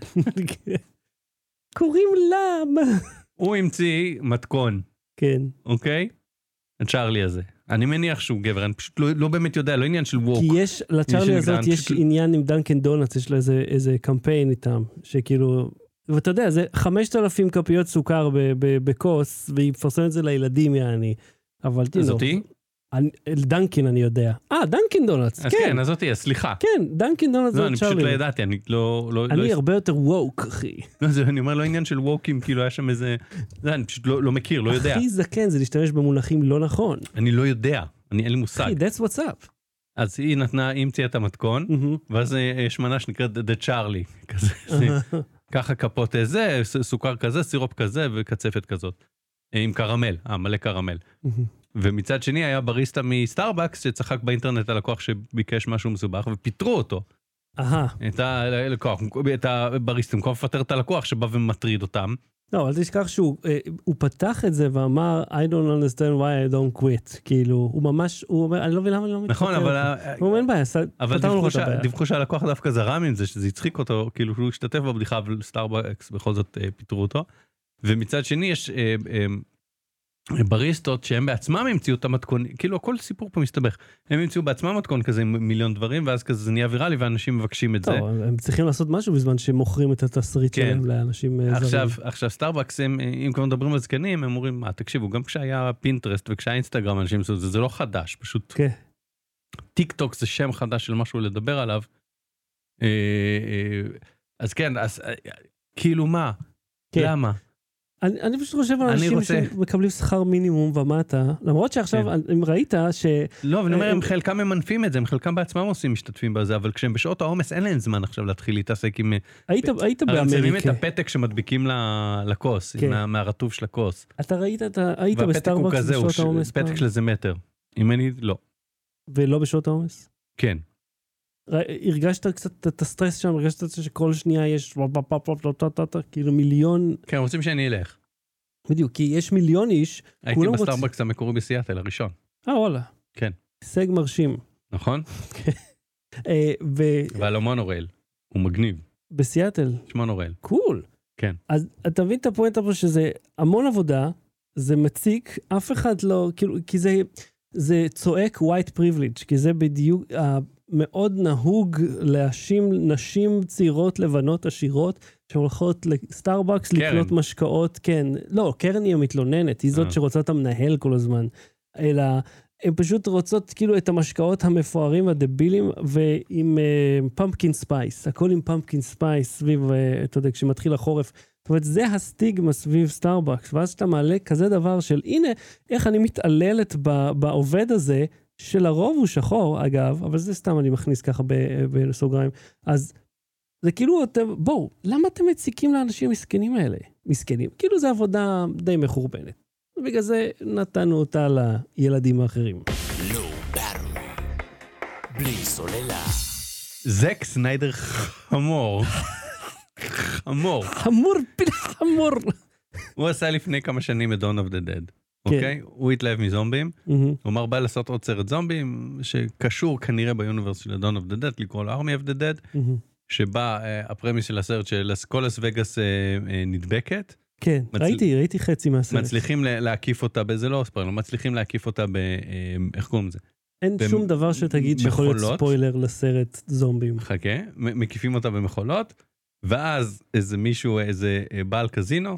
קוראים למה? הוא המציא מתכון. כן. אוקיי? הצ'רלי הזה. אני מניח שהוא גבר, אני פשוט לא, לא באמת יודע, לא עניין של ווק. כי יש, לצ'רלי הזאת יש פשוט... עניין עם דנקן דונטס, יש לו איזה, איזה קמפיין איתם, שכאילו, ואתה יודע, זה חמשת אלפים כפיות סוכר ב- ב- בקוס, והיא מפרסמת את זה לילדים, יעני. אבל תראו. זאתי? דנקין אני יודע. אה, דנקין דונלדס, אז כן. כן, אז זאתי, סליחה. כן, דנקין דונלדס. לא, אני פשוט לא ידעתי, אני לא... אני הרבה יותר ווק, אחי. אני אומר, לא עניין של ווקים, כאילו היה שם איזה... אני פשוט לא מכיר, לא יודע. הכי זקן זה להשתמש במונחים לא נכון. אני לא יודע, אין לי מושג. אחי, that's what's up. אז היא נתנה, היא המציאה את המתכון, ואז יש מנה שנקראת The Charlie, כזה, ככה כפות איזה, סוכר כזה, סירופ כזה וקצפת כזאת, עם קרמל, אה, מלא קרמל. ומצד שני היה בריסטה מסטארבקס שצחק באינטרנט על לקוח שביקש משהו מסובך, ופיטרו אותו. את הלקוח, את הבריסטה, במקום לפטר את הלקוח שבא ומטריד אותם. לא, אבל תשכח שהוא פתח את זה ואמר, I don't understand why I don't quit. כאילו, הוא ממש, הוא אומר, אני לא מבין למה אני לא מתפטר. נכון, אבל... הוא אומר, אין בעיה, פתרנו לו את הבעיה. אבל דיווחו שהלקוח דווקא זרם עם זה, שזה הצחיק אותו, כאילו, הוא השתתף בבדיחה, אבל סטארבקס בכל זאת פיטרו אותו. ומצד שני יש בריסטות שהם בעצמם המציאו את המתכון, כאילו, הכל סיפור פה מסתבך. הם המציאו בעצמם מתכון כזה עם מיליון דברים, ואז כזה זה נהיה ויראלי, ואנשים מבקשים את זה. טוב, הם צריכים לעשות משהו בזמן שהם מוכרים את התסריט שלהם לאנשים זרים. עכשיו, עכשיו סטארבקס, אם כבר מדברים על זקנים, הם אומרים, מה, תקשיבו, גם כשהיה פינטרסט וכשהיה אינסטגרם, אנשים עשו את זה, זה לא חדש, פשוט. כן. טיק טוק זה שם חדש של משהו לדבר עליו. אז כן, אז כאילו מה? למה? אני, אני פשוט חושב על אנשים רוצה... שמקבלים שכר מינימום ומטה, למרות שעכשיו, כן. אם ראית ש... לא, אבל אני אומר, הם חלקם ממנפים את זה, הם חלקם בעצמם עושים משתתפים בזה, אבל כשהם בשעות העומס, אין להם זמן עכשיו להתחיל להתעסק עם... היית, ב... היית באמריקה. אבל שמים את הפתק שמדביקים לכוס, כן. מה, מהרטוב של הכוס. אתה ראית, אתה היית בסטארבקס בשעות העומס? והפתק הוא כזה, פתק של איזה מטר. אם אני, לא. ולא בשעות העומס? כן. הרגשת קצת את הסטרס שם, הרגשת שכל שנייה יש כאילו מיליון... כן, רוצים שאני אלך. בדיוק, כי יש מיליון איש, הייתי בסטארבקס המקורי בסיאטל, הראשון. אה, וואלה. כן. הישג מרשים. נכון? ועל המונורייל, הוא מגניב. בסיאטל. יש מונורייל. קול. כן. אז אתה מבין את הפואנטה פה שזה המון עבודה, זה מציק, אף אחד לא, כאילו, כי זה, זה צועק white privilege, כי זה בדיוק... מאוד נהוג להאשים נשים צעירות לבנות עשירות שהולכות לסטארבקס לקנות משקאות, כן, לא, קרן היא המתלוננת, היא זאת שרוצה את המנהל כל הזמן, אלא הן פשוט רוצות כאילו את המשקאות המפוארים והדבילים ועם פמפקין ספייס, הכל עם פמפקין ספייס סביב, אתה יודע, כשמתחיל החורף, זאת אומרת, זה הסטיגמה סביב סטארבקס, ואז שאתה מעלה כזה דבר של, הנה, איך אני מתעללת בעובד הזה, שלרוב הוא שחור, אגב, אבל זה סתם אני מכניס ככה בסוגריים. אז זה כאילו, אתם, בואו, למה אתם מציקים לאנשים מסכנים האלה? מסכנים. כאילו זה עבודה די מחורבנת. ובגלל זה נתנו אותה לילדים האחרים. לא ברור. בלי סוללה. זק סניידר חמור. חמור. חמור פיל חמור. הוא עשה לפני כמה שנים את Dawn of the Dead. אוקיי? הוא התלהב מזומבים, הוא אמר בא לעשות עוד סרט זומבים, שקשור כנראה ביוניברס של Dawn of the Dead, לקרוא לו Army of the Dead, שבה הפרמיס של הסרט של כל וגאס נדבקת. כן, ראיתי, ראיתי חצי מהסרט. מצליחים להקיף אותה, זה לא ספוילר, מצליחים להקיף אותה ב... איך קוראים לזה? אין שום דבר שתגיד שיכול להיות ספוילר לסרט זומבים. חכה, מקיפים אותה במחולות, ואז איזה מישהו, איזה בעל קזינו,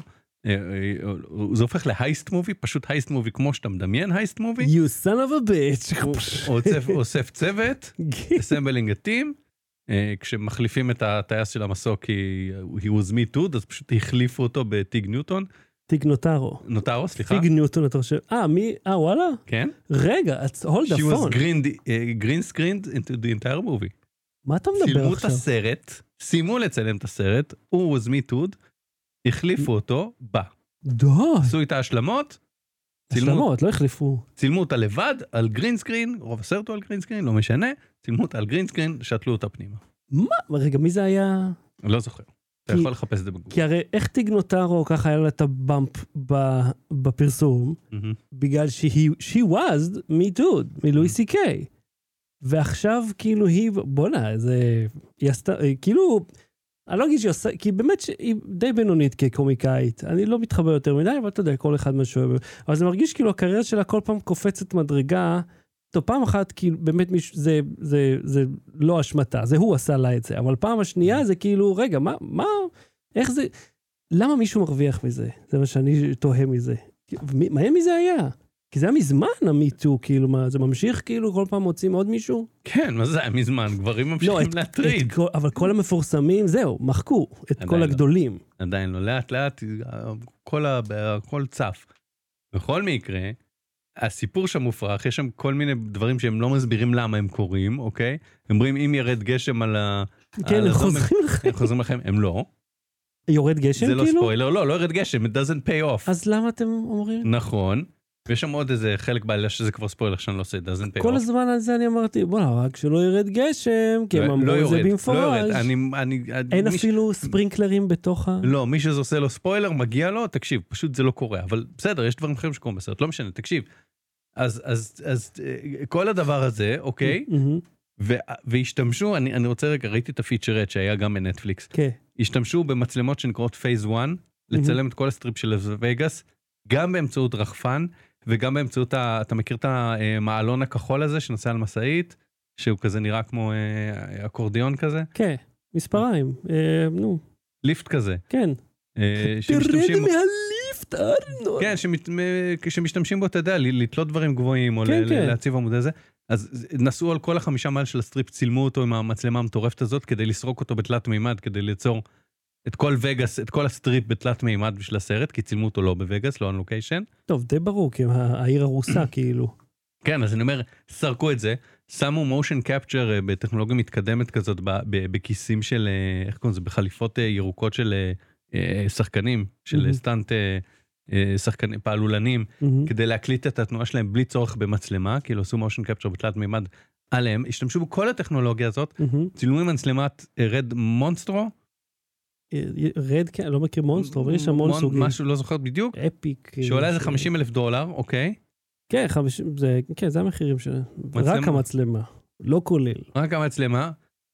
זה הופך להייסט מובי, פשוט הייסט מובי כמו שאתה מדמיין הייסט מובי. You son of a bitch. הוא אוסף צוות, אסמבלינג הטים, כשמחליפים את הטייס של המסוק, כי he was me too, אז פשוט החליפו אותו בטיג ניוטון. טיג נוטרו. נוטרו, סליחה. טיג ניוטון, אתה חושב, אה, מי, אה, וואלה? כן. רגע, hold the phone. She was green, uh, green screened into the entire movie. מה אתה מדבר צילמו עכשיו? את הסרט, סיימו לצלם את הסרט, הוא was me too, החליפו אותו, בא. די. עשו איתה השלמות. השלמות, לא החליפו. צילמו אותה לבד, על גרין סקרין, רוב הסרט הוא על גרין סקרין, לא משנה, צילמו אותה על גרין סקרין, שתלו אותה פנימה. מה? רגע, מי זה היה? לא זוכר. אתה יכול לחפש את זה בגוגל. כי הרי איך טיג נוטרו ככה היה לה את הבאמפ בפרסום, בגלל שהיא was me too, מלואי סי קיי. ועכשיו כאילו היא, בונה, זה, היא עשתה, כאילו, אני לא אגיד שהיא עושה, כי באמת שהיא די בינונית כקומיקאית, אני לא מתחבר יותר מדי, אבל אתה יודע, כל אחד מה שאוהב. אבל זה מרגיש כאילו הקריירה שלה כל פעם קופצת מדרגה, טוב, פעם אחת כאילו באמת מישהו, זה, זה, זה לא אשמתה, זה הוא עשה לה את זה, אבל פעם השנייה זה כאילו, רגע, מה, מה, איך זה, למה מישהו מרוויח מזה? זה מה שאני תוהה מזה. מה מי זה היה? כי זה היה מזמן המיטו, כאילו, מה, זה ממשיך כאילו כל פעם מוצאים עוד מישהו? כן, מה זה היה מזמן? גברים לא, ממשיכים את- להטריד. את כל- אבל כל המפורסמים, זהו, מחקו את עדיין כל לא. הגדולים. עדיין לא, לאט לאט, כל ה- הכל צף. בכל מקרה, הסיפור שם מופרך, יש שם כל מיני דברים שהם לא מסבירים למה הם קורים, אוקיי? הם אומרים, אם ירד גשם על ה... כן, על הם הזמן- חוזרים לכם. הם חוזרים לכם, הם לא. יורד גשם זה לא כאילו? ספוילר, לא, לא ירד גשם, it doesn't pay off. אז למה אתם אומרים? נכון. ויש שם עוד איזה חלק בעלילה שזה כבר ספוילר שאני לא עושה, it doesn't pay כל off. הזמן על זה אני אמרתי, בוא'נה, רק שלא ירד גשם, כי הם לא- אמרו לא את זה יורד, לא במפורש. יורד. אני, אני, אין מי ש- אפילו ספרינקלרים בתוך ה... לא, מי שזה עושה לו ספוילר, מגיע לו, תקשיב, פשוט זה לא קורה. אבל בסדר, יש דברים אחרים שקורים בסרט, לא משנה, תקשיב. אז, אז, אז אה, כל הדבר הזה, אוקיי, מהמם. ו- והשתמשו, אני, אני רוצה רגע, ראיתי את הפיצ'רט שהיה גם בנטפליקס, כן. השתמשו במצלמות שנקראות פייז אחת, לצלם את כל הסטריפ של וגאס, גם באמצעות רחפן, וגם באמצעות, ה, אתה מכיר את המעלון הכחול הזה, שנוסע על מסעית, שהוא כזה נראה כמו אה, אקורדיון כזה? כן, מספריים. אה, נו, ליפט כזה. כן. אה, תרד שמשתמשים- מהליפט, ארנון. כן, שמת- מ- כשמשתמשים בו, אתה יודע, ל- לתלות דברים גבוהים, או כן, ל- כן. להציב עמוד הזה, אז נסעו על כל החמישה מייל של הסטריפ, צילמו אותו עם המצלמה המטורפת הזאת, כדי לסרוק אותו בתלת מימד, כדי ליצור את כל וגאס, את כל הסטריפ בתלת מימד בשביל הסרט, כי צילמו אותו לא בווגאס, לא על לוקיישן. טוב, די ברור, כי ה- העיר הרוסה, כאילו. כן, אז אני אומר, סרקו את זה, שמו מושן קפצ'ר בטכנולוגיה מתקדמת כזאת, ב- ב- בכיסים של, אה, איך קוראים לזה, בחליפות אה, ירוקות של אה, אה, שחקנים, של מהמם. סטנט אה, אה, שחקנים, פעלולנים, מהמם. כדי להקליט את התנועה שלהם בלי צורך במצלמה, כאילו עשו מושן קפצ'ר בתלת מימד עליהם, השתמשו בכל הטכנולוגיה הזאת, מהמם. צילמו עם מצלמת רד מונסטרו, אה, רד, כן, לא מכיר מונסטרו, אבל יש המון מון- סוגים. משהו לא זוכר בדיוק, אפיק. אה, שעולה איזה ש- חמישים אלף דולר, אוקיי? כן, חמישים, זה, כן, זה המחירים של... מצלמה. רק המצלמה, לא כולל. רק המצלמה,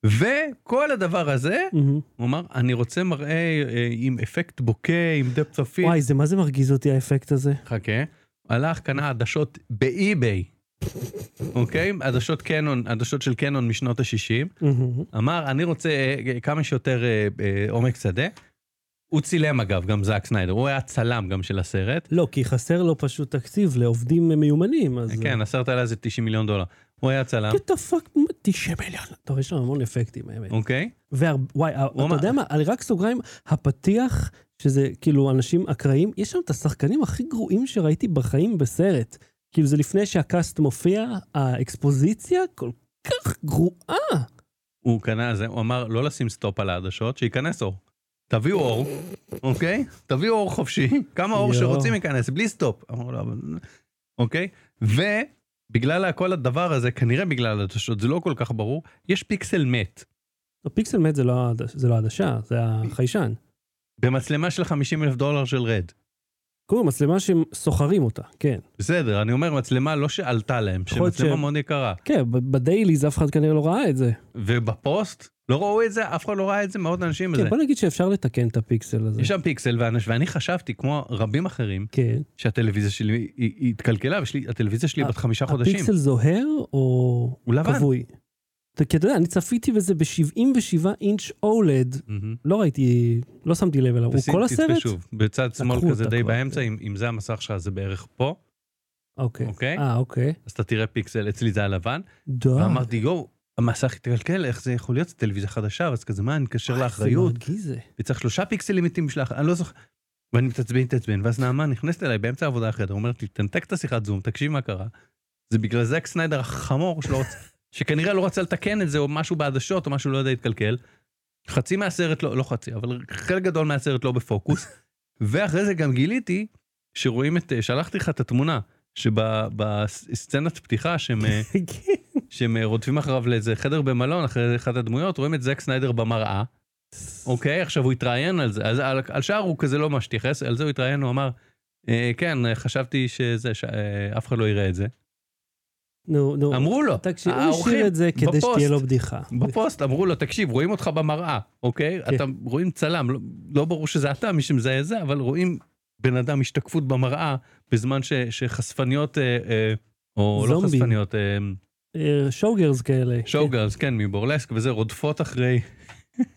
וכל הדבר הזה, מהמם. הוא אמר, אני רוצה מראה אה, עם אפקט בוקה, עם דפט צפיל. וואי, זה מה זה מרגיז אותי האפקט הזה? חכה. הלך, קנה עדשות באי-ביי. אוקיי? עדשות קנון, עדשות של קנון משנות ה-שישים. מהמם. אמר, אני רוצה אה, כמה שיותר אה, אה, עומק שדה. הוא צילם אגב, גם זאק סניידר. הוא היה צלם גם של הסרט. לא, כי חסר לו פשוט תקציב לעובדים מיומנים, אז... כן, הסרט עלה איזה תשעים מיליון דולר. הוא היה צלם, get the fuck, תשעה מיליון. טוב, יש לנו המון אפקטים, האמת. אוקיי? וואי, אתה אמר- יודע מה, אני רק סוגריים, הפתיח, שזה כאילו אנשים אקראיים, יש שם את השחקנים הכי גרועים שראיתי בחיים בסרט. כאילו זה לפני שהקאסט מופיע, האקספוזיציה כל כך גרועה. הוא קנה זה, הוא אמר לא לשים סטופ על העדשות, שייכנס אור. תביאו אור, אוקיי? תביאו אור חופשי, כמה אור יואו. שרוצים ייכנס, בלי סטופ. אמרו לו, אבל... אוקיי? ובגלל כל הדבר הזה, כנראה בגלל העדשות, זה לא כל כך ברור, יש פיקסל מת. הפיקסל מת זה לא העד- זה לא העדשה, זה החיישן. במצלמה של חמישים אלף דולר של רד. קוראים מצלמה שסוחרים אותה, כן. בסדר, אני אומר מצלמה לא שעלתה להם, יכול להיות שמצלמה ש- מאוד יקרה. כן, ב- בדייליז אף אחד כנראה לא ראה את זה. ובפוסט, לא ראו את זה, אף אחד לא ראה את זה, מאוד אנשים בזה. כן, בוא נגיד שאפשר לתקן את הפיקסל הזה. יש שם פיקסל, ואנש- ואני חשבתי, כמו רבים אחרים, כן. שהטלוויזיה שלי היא- היא התקלקלה, והטלוויזיה שלי בת חמישה חודשים. הפיקסל זוהר או הוא לבן. כבוי? אתה- כי אתה יודע, אני צפיתי בזה ב-שבעים ושבעה אינץ' אולד, מהמם. לא ראיתי, לא שמתי לב אליו, הוא תשים- כל תצפה הסרט? שוב, בצד שמאל לקחו כזה אותה די כבר, באמצע, כן. אם אם זה המסך שלך זה בערך פה, אוקיי. אוקיי? אה, אוקיי. אז אתה תראה פיקסל, אצלי זה הלבן, די. ואמרתי, יואו, המסך התקלקל, איך זה יכול להיות? זה טלוויזיה חדשה, אז כזה, מה, אני אקשר לאחריות, זה מרגיז זה. וצריך שלושה פיקסלים איתי משלח, אני לא זוכר. ואני מתעצבן, מתעצבן, ואז נעמה נכנסת אליי באמצע העבודה החדר, אומרת לי, תנתק את השיחת זום, תקשיב מה קרה. זה בגלל זאק סניידר החמור שלא רוצה, שכנראה לא רצה לתקן את זה, או משהו בעדשות, או משהו לא יודע להתקלקל. חצי מהסרט, לא, לא חצי, אבל חלק גדול מהסרט לא בפוקוס. ואחרי זה גם גיליתי, שרואים את, שלחתי לך את התמונה, שבסצנת פתיחה, שהם, שהם רודפים אחריו לאיזה חדר במלון, אחרי אחת הדמויות, רואים את זאק סניידר במראה. אוקיי, עכשיו הוא התראיין על זה, אז על, על שאר הוא כזה לא ממש תייחס, על זה הוא התראיין, הוא אמר, אה, כן, חשבתי שזה, שאף אחד לא יראה את זה. נו, נו. אמרו לו, תקשיב, הוא האורחים השאיר את זה כדי בפוסט, שתהיה לו בדיחה. בפוסט אמרו לו, תקשיב, רואים אותך במראה, אוקיי? כן. אתה רואים צלם, לא, לא ברור שזה אתה, מי שמזהה זה, אבל רואים בן אדם השתקפות במראה, בזמן ש, שחשפניות, אה, אה, או לא זומבים. חשפניות, אה, אה, שואוגרס כאלה. שואוגרס, כן, מבורלסק וזה, רודפות אחרי,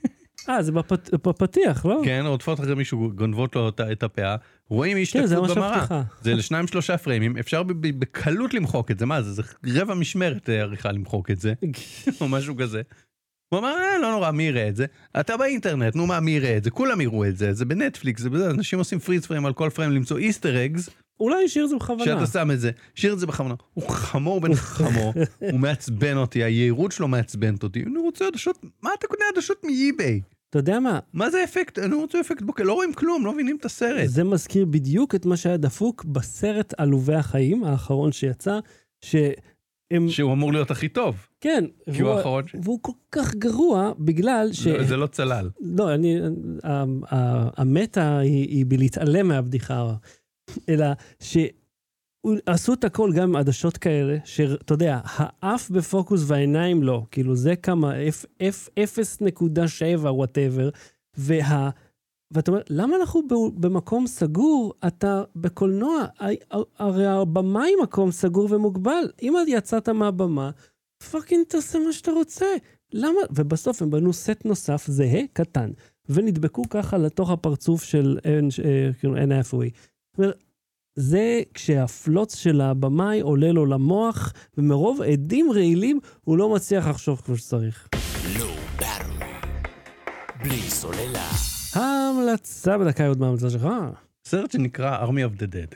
אה, זה בפת... בפתיח, לא? כן, רודפות אחרי מישהו, גונבות לו את הפאה, רואים כן, זה השתקפות ממש במראה. הבטיחה. זה לשניים שלושה פריימים, אפשר ב- ב- בקלות למחוק את זה, מה זה? זה רבע משמרת אה, עריכה למחוק את זה, או משהו כזה. הוא אמר, אה, לא נורא, מי יראה את זה? אתה באינטרנט, נו מה, מי יראה את זה? כולם יראו את זה, זה בנטפליקס, זה בזה, אנשים עושים פריז פריים על כל פריים למצוא איסטר אגס, אולי שיר זה בכוונה. שאתה שם את זה, שיר את זה בכוונה, הוא חמור בן חמור, הוא מעצבן אותי, היעירות שלו מעצבנת אותי, אני רוצה עדשות, מה אתה קונה עדשות מאי-ביי? אתה יודע מה? מה זה אפקט? אני רוצה אפקט בוקר, לא רואים כלום, לא מבינים את הסרט. זה מזכיר בדיוק את מה שהיה דפוק בסרט עלובי החיים, האחרון שיצא, שהם... שהוא אמור להיות הכי טוב. כן. כי הוא האחרון. והוא כל כך גרוע, בגלל ש... זה לא צלל. לא, אני... המטה היא בלהתעלם מהבדיחה, אלא ש... עשו את הכל גם עם עדשות כאלה, שאתה יודע, האף בפוקוס והעיניים לא, כאילו זה כמה, אפס נקודה שבע, whatever, וה... ואתה אומר, למה אנחנו במקום סגור? אתה בקולנוע, הרי הבמה היא מקום סגור ומוגבל. אם יצאת מהבמה, פאקינג תעשה מה שאתה רוצה. למה? ובסוף הם בנו סט נוסף, זהה, קטן, ונדבקו ככה לתוך הפרצוף של אין איפה-ווי. זאת אומרת, זה כשהפלוץ של הבמאי עולה לו למוח, ומרוב עדים רעילים הוא לא מצליח לחשוב כמו שצריך. לא ברור. בלי סוללה. ההמלצה בדקה עוד מההמלצה שלך. סרט שנקרא Army of the Dead.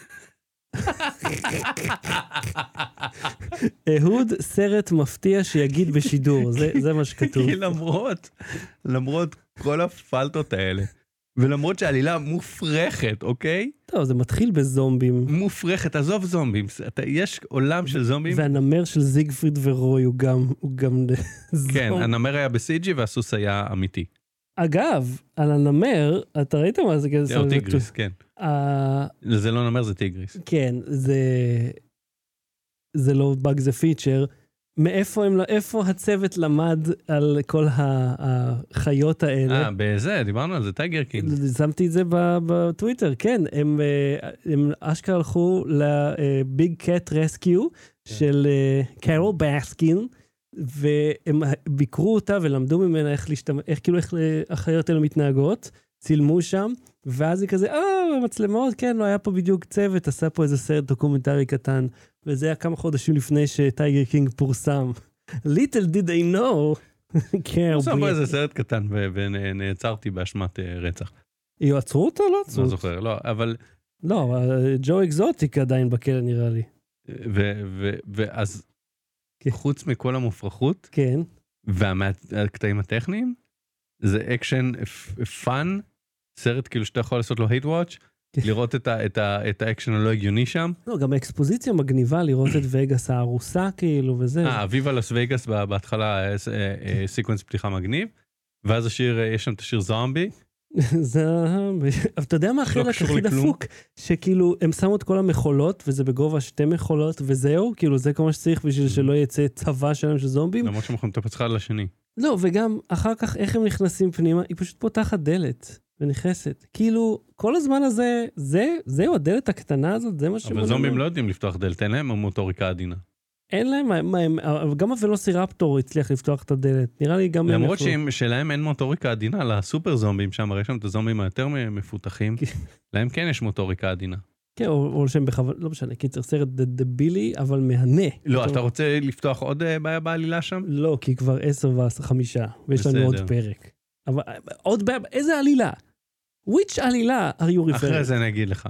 אהוד סרט מפתיע שיגיד בשידור, זה, זה מה שכתוב. כי למרות, למרות כל הפלטות האלה, ולמרות שהעלילה מופרכת, אוקיי? טוב, זה מתחיל בזומבים. מופרכת, עזוב זומבים. אתה, יש עולם של זומבים. והנמר של זיגפריד ורוי הוא גם, הוא גם זומב. כן, הנמר היה בסי-ג'י והסוס היה אמיתי. אגב, על הנמר, אתה ראית מה זה? זה או טיגריס, כן. זה לא נמר, זה טיגריס. כן, זה... זה לא באג, זה פיצ'ר. מאיפה הם, איפה הצוות למד על כל החיות האלה? אה, בזה, דיברנו על זה, טייגר קינג. שמתי את זה בטוויטר, כן. הם, הם אשכרה הלכו לביג קאט רסקיו של קרול בסקין, והם ביקרו אותה ולמדו ממנה איך להשתמש, איך כאילו איך החיות האלה מתנהגות, צילמו שם, ואז היא כזה, אה, מצלמות, כן, לא היה פה בדיוק צוות, עשה פה איזה סרט דוקומנטרי קטן, וזה היה כמה חודשים לפני שטייגר קינג פורסם. Little did they know. עושה פה איזה סרט קטן, ונעצרתי באשמת רצח. עצרו אותו? לא עצרו. לא זוכר, לא, אבל... לא, ג'ו אקזוטיק עדיין בכלא נראה לי. ואז, חוץ מכל המופרכות, כן. והקטעים הטכניים, זה אקשן פאן, סרט כאילו שאתה יכול לעשות לו hate watch, לראות את האקשן הלא הגיוני שם. לא, גם האקספוזיציה מגניבה לראות את וגאס הארוסה כאילו וזה. אה, אביבה לס וגאס בהתחלה, סיקוונס פתיחה מגניב, ואז השיר, יש שם את השיר זומבי. זומבי. אבל אתה יודע מה החלק הכי דפוק? שכאילו הם שמו את כל המחולות, וזה בגובה שתי מחולות, וזהו, כאילו זה כל מה שצריך בשביל שלא יצא צבא שלהם של זומבים. למרות שהם יכולים לטפץ אחד לשני. לא, וגם אחר כך איך הם נכנסים פנימה, היא פשוט פותחת דלת ונכנסת. כאילו, כל הזמן הזה, זה, זהו, הדלת הקטנה הזאת, זה מה שמונה. אבל זומבים לא יודעים לפתוח דלת, אין להם מוטוריקה עדינה. אין להם, מה הם, גם הוולוסירפטור הצליח לפתוח את הדלת, נראה לי גם... למרות שלהם אין מוטוריקה עדינה, לסופר זומבים שם, הרי שם את הזומבים היותר מפותחים, להם כן יש מוטוריקה עדינה. כן, או שהם בכוון, לא משנה, קיצר סרט דבילי, אבל מהנה. לא, אתה רוצה לפתוח עוד בעיה בעלילה שם? לא, כי כבר עשר ועשר חמישה, ויש לנו עוד פרק. אבל עוד בעיה, איזה עלילה? which עלילה are you referring? אחרי זה נגיד לך.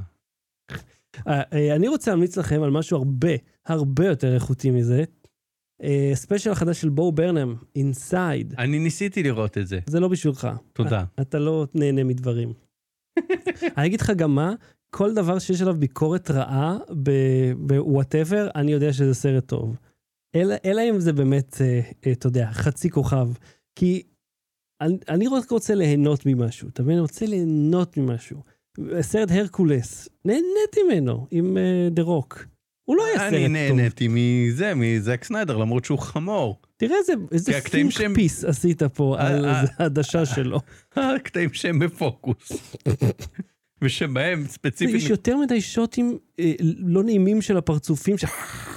אני רוצה להמליץ לכם על משהו הרבה, הרבה יותר איכותי מזה. ספיישל החדש של בו ברנם, Inside. אני ניסיתי לראות את זה. זה לא בשבילך. תודה. אתה לא נהנה מדברים. אני אגיד לך גם מה, כל דבר שיש עליו ביקורת רעה, ב-whatever, אני יודע שזה סרט טוב. אלא אם זה באמת, אתה יודע, חצי כוכב. כי אני רק רוצה ליהנות ממשהו. אתה מבין? אני רוצה ליהנות ממשהו. סרט הרקולס, נהניתי ממנו עם דה רוק. הוא לא היה סרט טוב. אני נהניתי מזה, מזק סניידר, למרות שהוא חמור. תראה איזה פינק פיס עשית פה על העדשה שלו. הקטעים שהם בפוקוס. ושבהם ספציפית... יש יותר מדי שוטים אה, לא נעימים של הפרצופים, ש...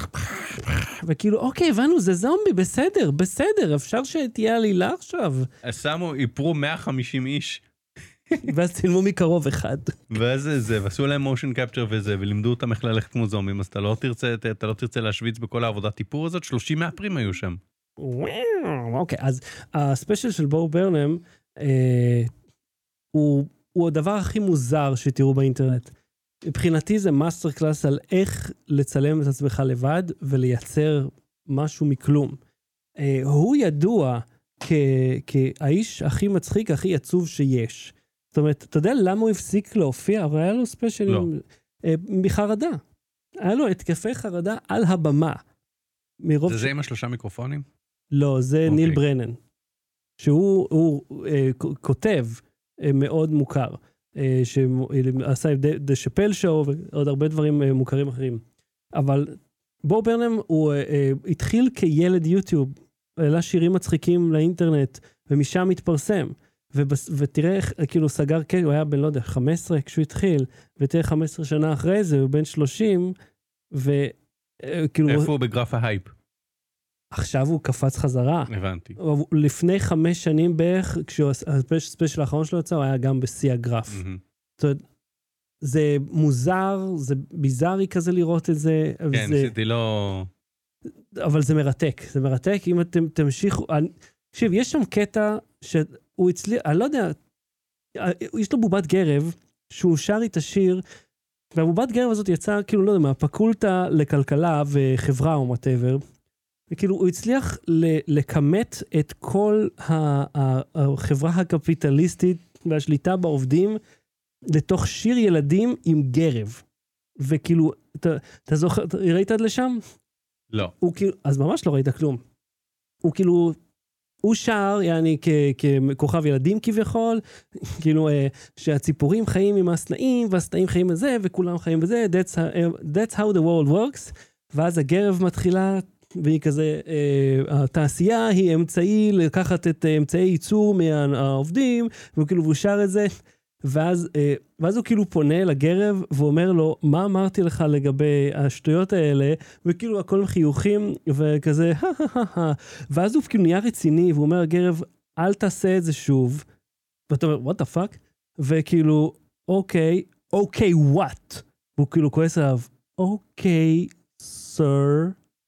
וכאילו, אוקיי, הבנו, זה זומבי, בסדר, בסדר, אפשר שתהיה עלילה עכשיו. אז שמו, איפרו מאה וחמישים איש. ואז צילמו מקרוב אחד. ואז זה, ועשו להם מושן קפצ'ר וזה, ולימדו אותם איך ללכת כמו זומבים, אז אתה לא תרצה, אתה לא תרצה להשוויץ בכל העבודת איפור הזאת, שלושים מאפרים היו שם. אוקיי, אז הספיישל של בו ברנם, אה, הוא, הוא הדבר הכי מוזר שתראו באינטרנט. מבחינתי זה מאסטר קלאס על איך לצלם את עצמך לבד, ולייצר משהו מכלום. אה, הוא ידוע כ, כאיש הכי מצחיק, הכי עצוב שיש. זאת אומרת, אתה יודע למה הוא הפסיק להופיע? אבל היה לו ספיישלים לא. אה, מחרדה. היה לו התקפי חרדה על הבמה. זה ש... זה עם השלושה מיקרופונים? לא, זה okay. ניל ברנן. שהוא הוא, אה, כותב אה, מאוד מוכר. אה, שעשה את דה שפל שואו ועוד הרבה דברים אה, מוכרים אחרים. אבל בו ברנם הוא אה, אה, התחיל כילד יוטיוב, העלה שירים מצחיקים לאינטרנט, ומשם התפרסם. ובס... ותראה איך, כאילו, סגר, כן, הוא היה בן, לא יודע, חמש עשרה כשהוא התחיל, ותראה חמש עשרה שנה אחרי זה, הוא בן שלושים, וכאילו... איפה הוא בגרף ההייפ? עכשיו הוא קפץ חזרה. הבנתי. לפני חמש שנים בערך, כשהספיישל האחרון שלו יצא, הוא היה גם בשיא הגרף. זאת אומרת, זה מוזר, זה ביזארי כזה לראות את זה. כן, ניסיתי לא... אבל זה מרתק, זה מרתק, אם אתם תמשיכו... תקשיב, יש שם קטע שהוא הצליח, אני לא יודע, יש לו בובת גרב, שהוא שר את השיר, והבובת גרב הזאת יצאה, כאילו, לא יודע, מהפקולטה לכלכלה וחברה או whatever, וכאילו, הוא הצליח לקמת את כל החברה הקפיטליסטית והשליטה בעובדים, לתוך שיר ילדים עם גרב. וכאילו, אתה, אתה זוכר, ראית עד לשם? לא. הוא כאילו, אז ממש לא ראית כלום. הוא כאילו, הוא שר, יעני, ככוכב ילדים כביכול, כאילו, שהציפורים חיים עם הסנאים, והסנאים חיים בזה, וכולם חיים בזה, that's, that's how the world works, ואז הגרב מתחילה, והיא כזה, התעשייה היא אמצעי לקחת את אמצעי ייצור מהעובדים, וכאילו, הוא שר את זה, ואז, ואז הוא כאילו פונה לגרב, ואומר לו, מה אמרתי לך לגבי השטויות האלה, וכאילו הכל חיוכים, וכזה, ואז הוא כאילו נהיה רציני, והוא אומר, גרב, אל תעשה את זה שוב, ואתה אומר, what the fuck? וכאילו, אוקיי, אוקיי, what? והוא כאילו כועס עליו, אוקיי, sir,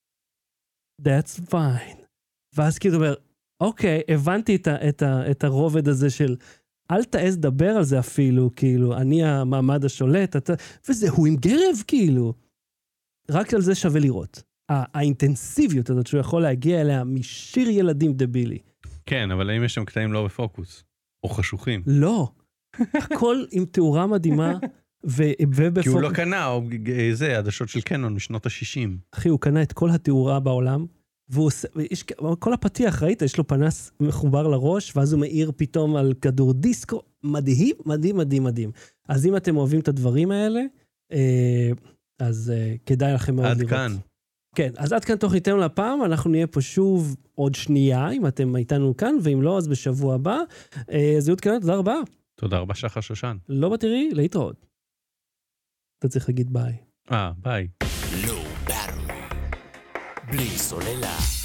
that's fine. ואז כאילו אומר, אוקיי, הבנתי את, ה, את, ה, את הרובד הזה של, אל תעז דבר על זה אפילו, כאילו, אני המעמד השולט, אתה... וזה, הוא עם גרב, כאילו. רק על זה שווה לראות. האינטנסיביות הזאת שהוא יכול להגיע אליה משיר ילדים דבילי. כן, אבל האם יש שם קטעים לא בפוקוס? או חשוכים? לא. הכל עם תאורה מדהימה, ובפוקוס... כי הוא לא קנה, או זה, עדשות של קנון משנות ה-שישים. אחי, הוא קנה את כל התאורה בעולם, והוא עושה, יש, כל הפתיח, ראית, יש לו פנס מחובר לראש, ואז הוא מאיר פתאום על כדור דיסקו, מדהים, מדהים, מדהים, מדהים. אז אם אתם אוהבים את הדברים האלה, אה, אז אה, כדאי לכם מאוד עד לראות. כאן. כן, אז עד כאן תוכניתנו לפעם, אנחנו נהיה פה שוב עוד שנייה, אם אתם איתנו כאן, ואם לא, אז בשבוע הבא. אה, אז יהוד כאן, תודה רבה. תודה רבה, שחר שושן. לא בתראי, להתראות. אתה צריך להגיד ביי. אה, ביי. בלי סוללה.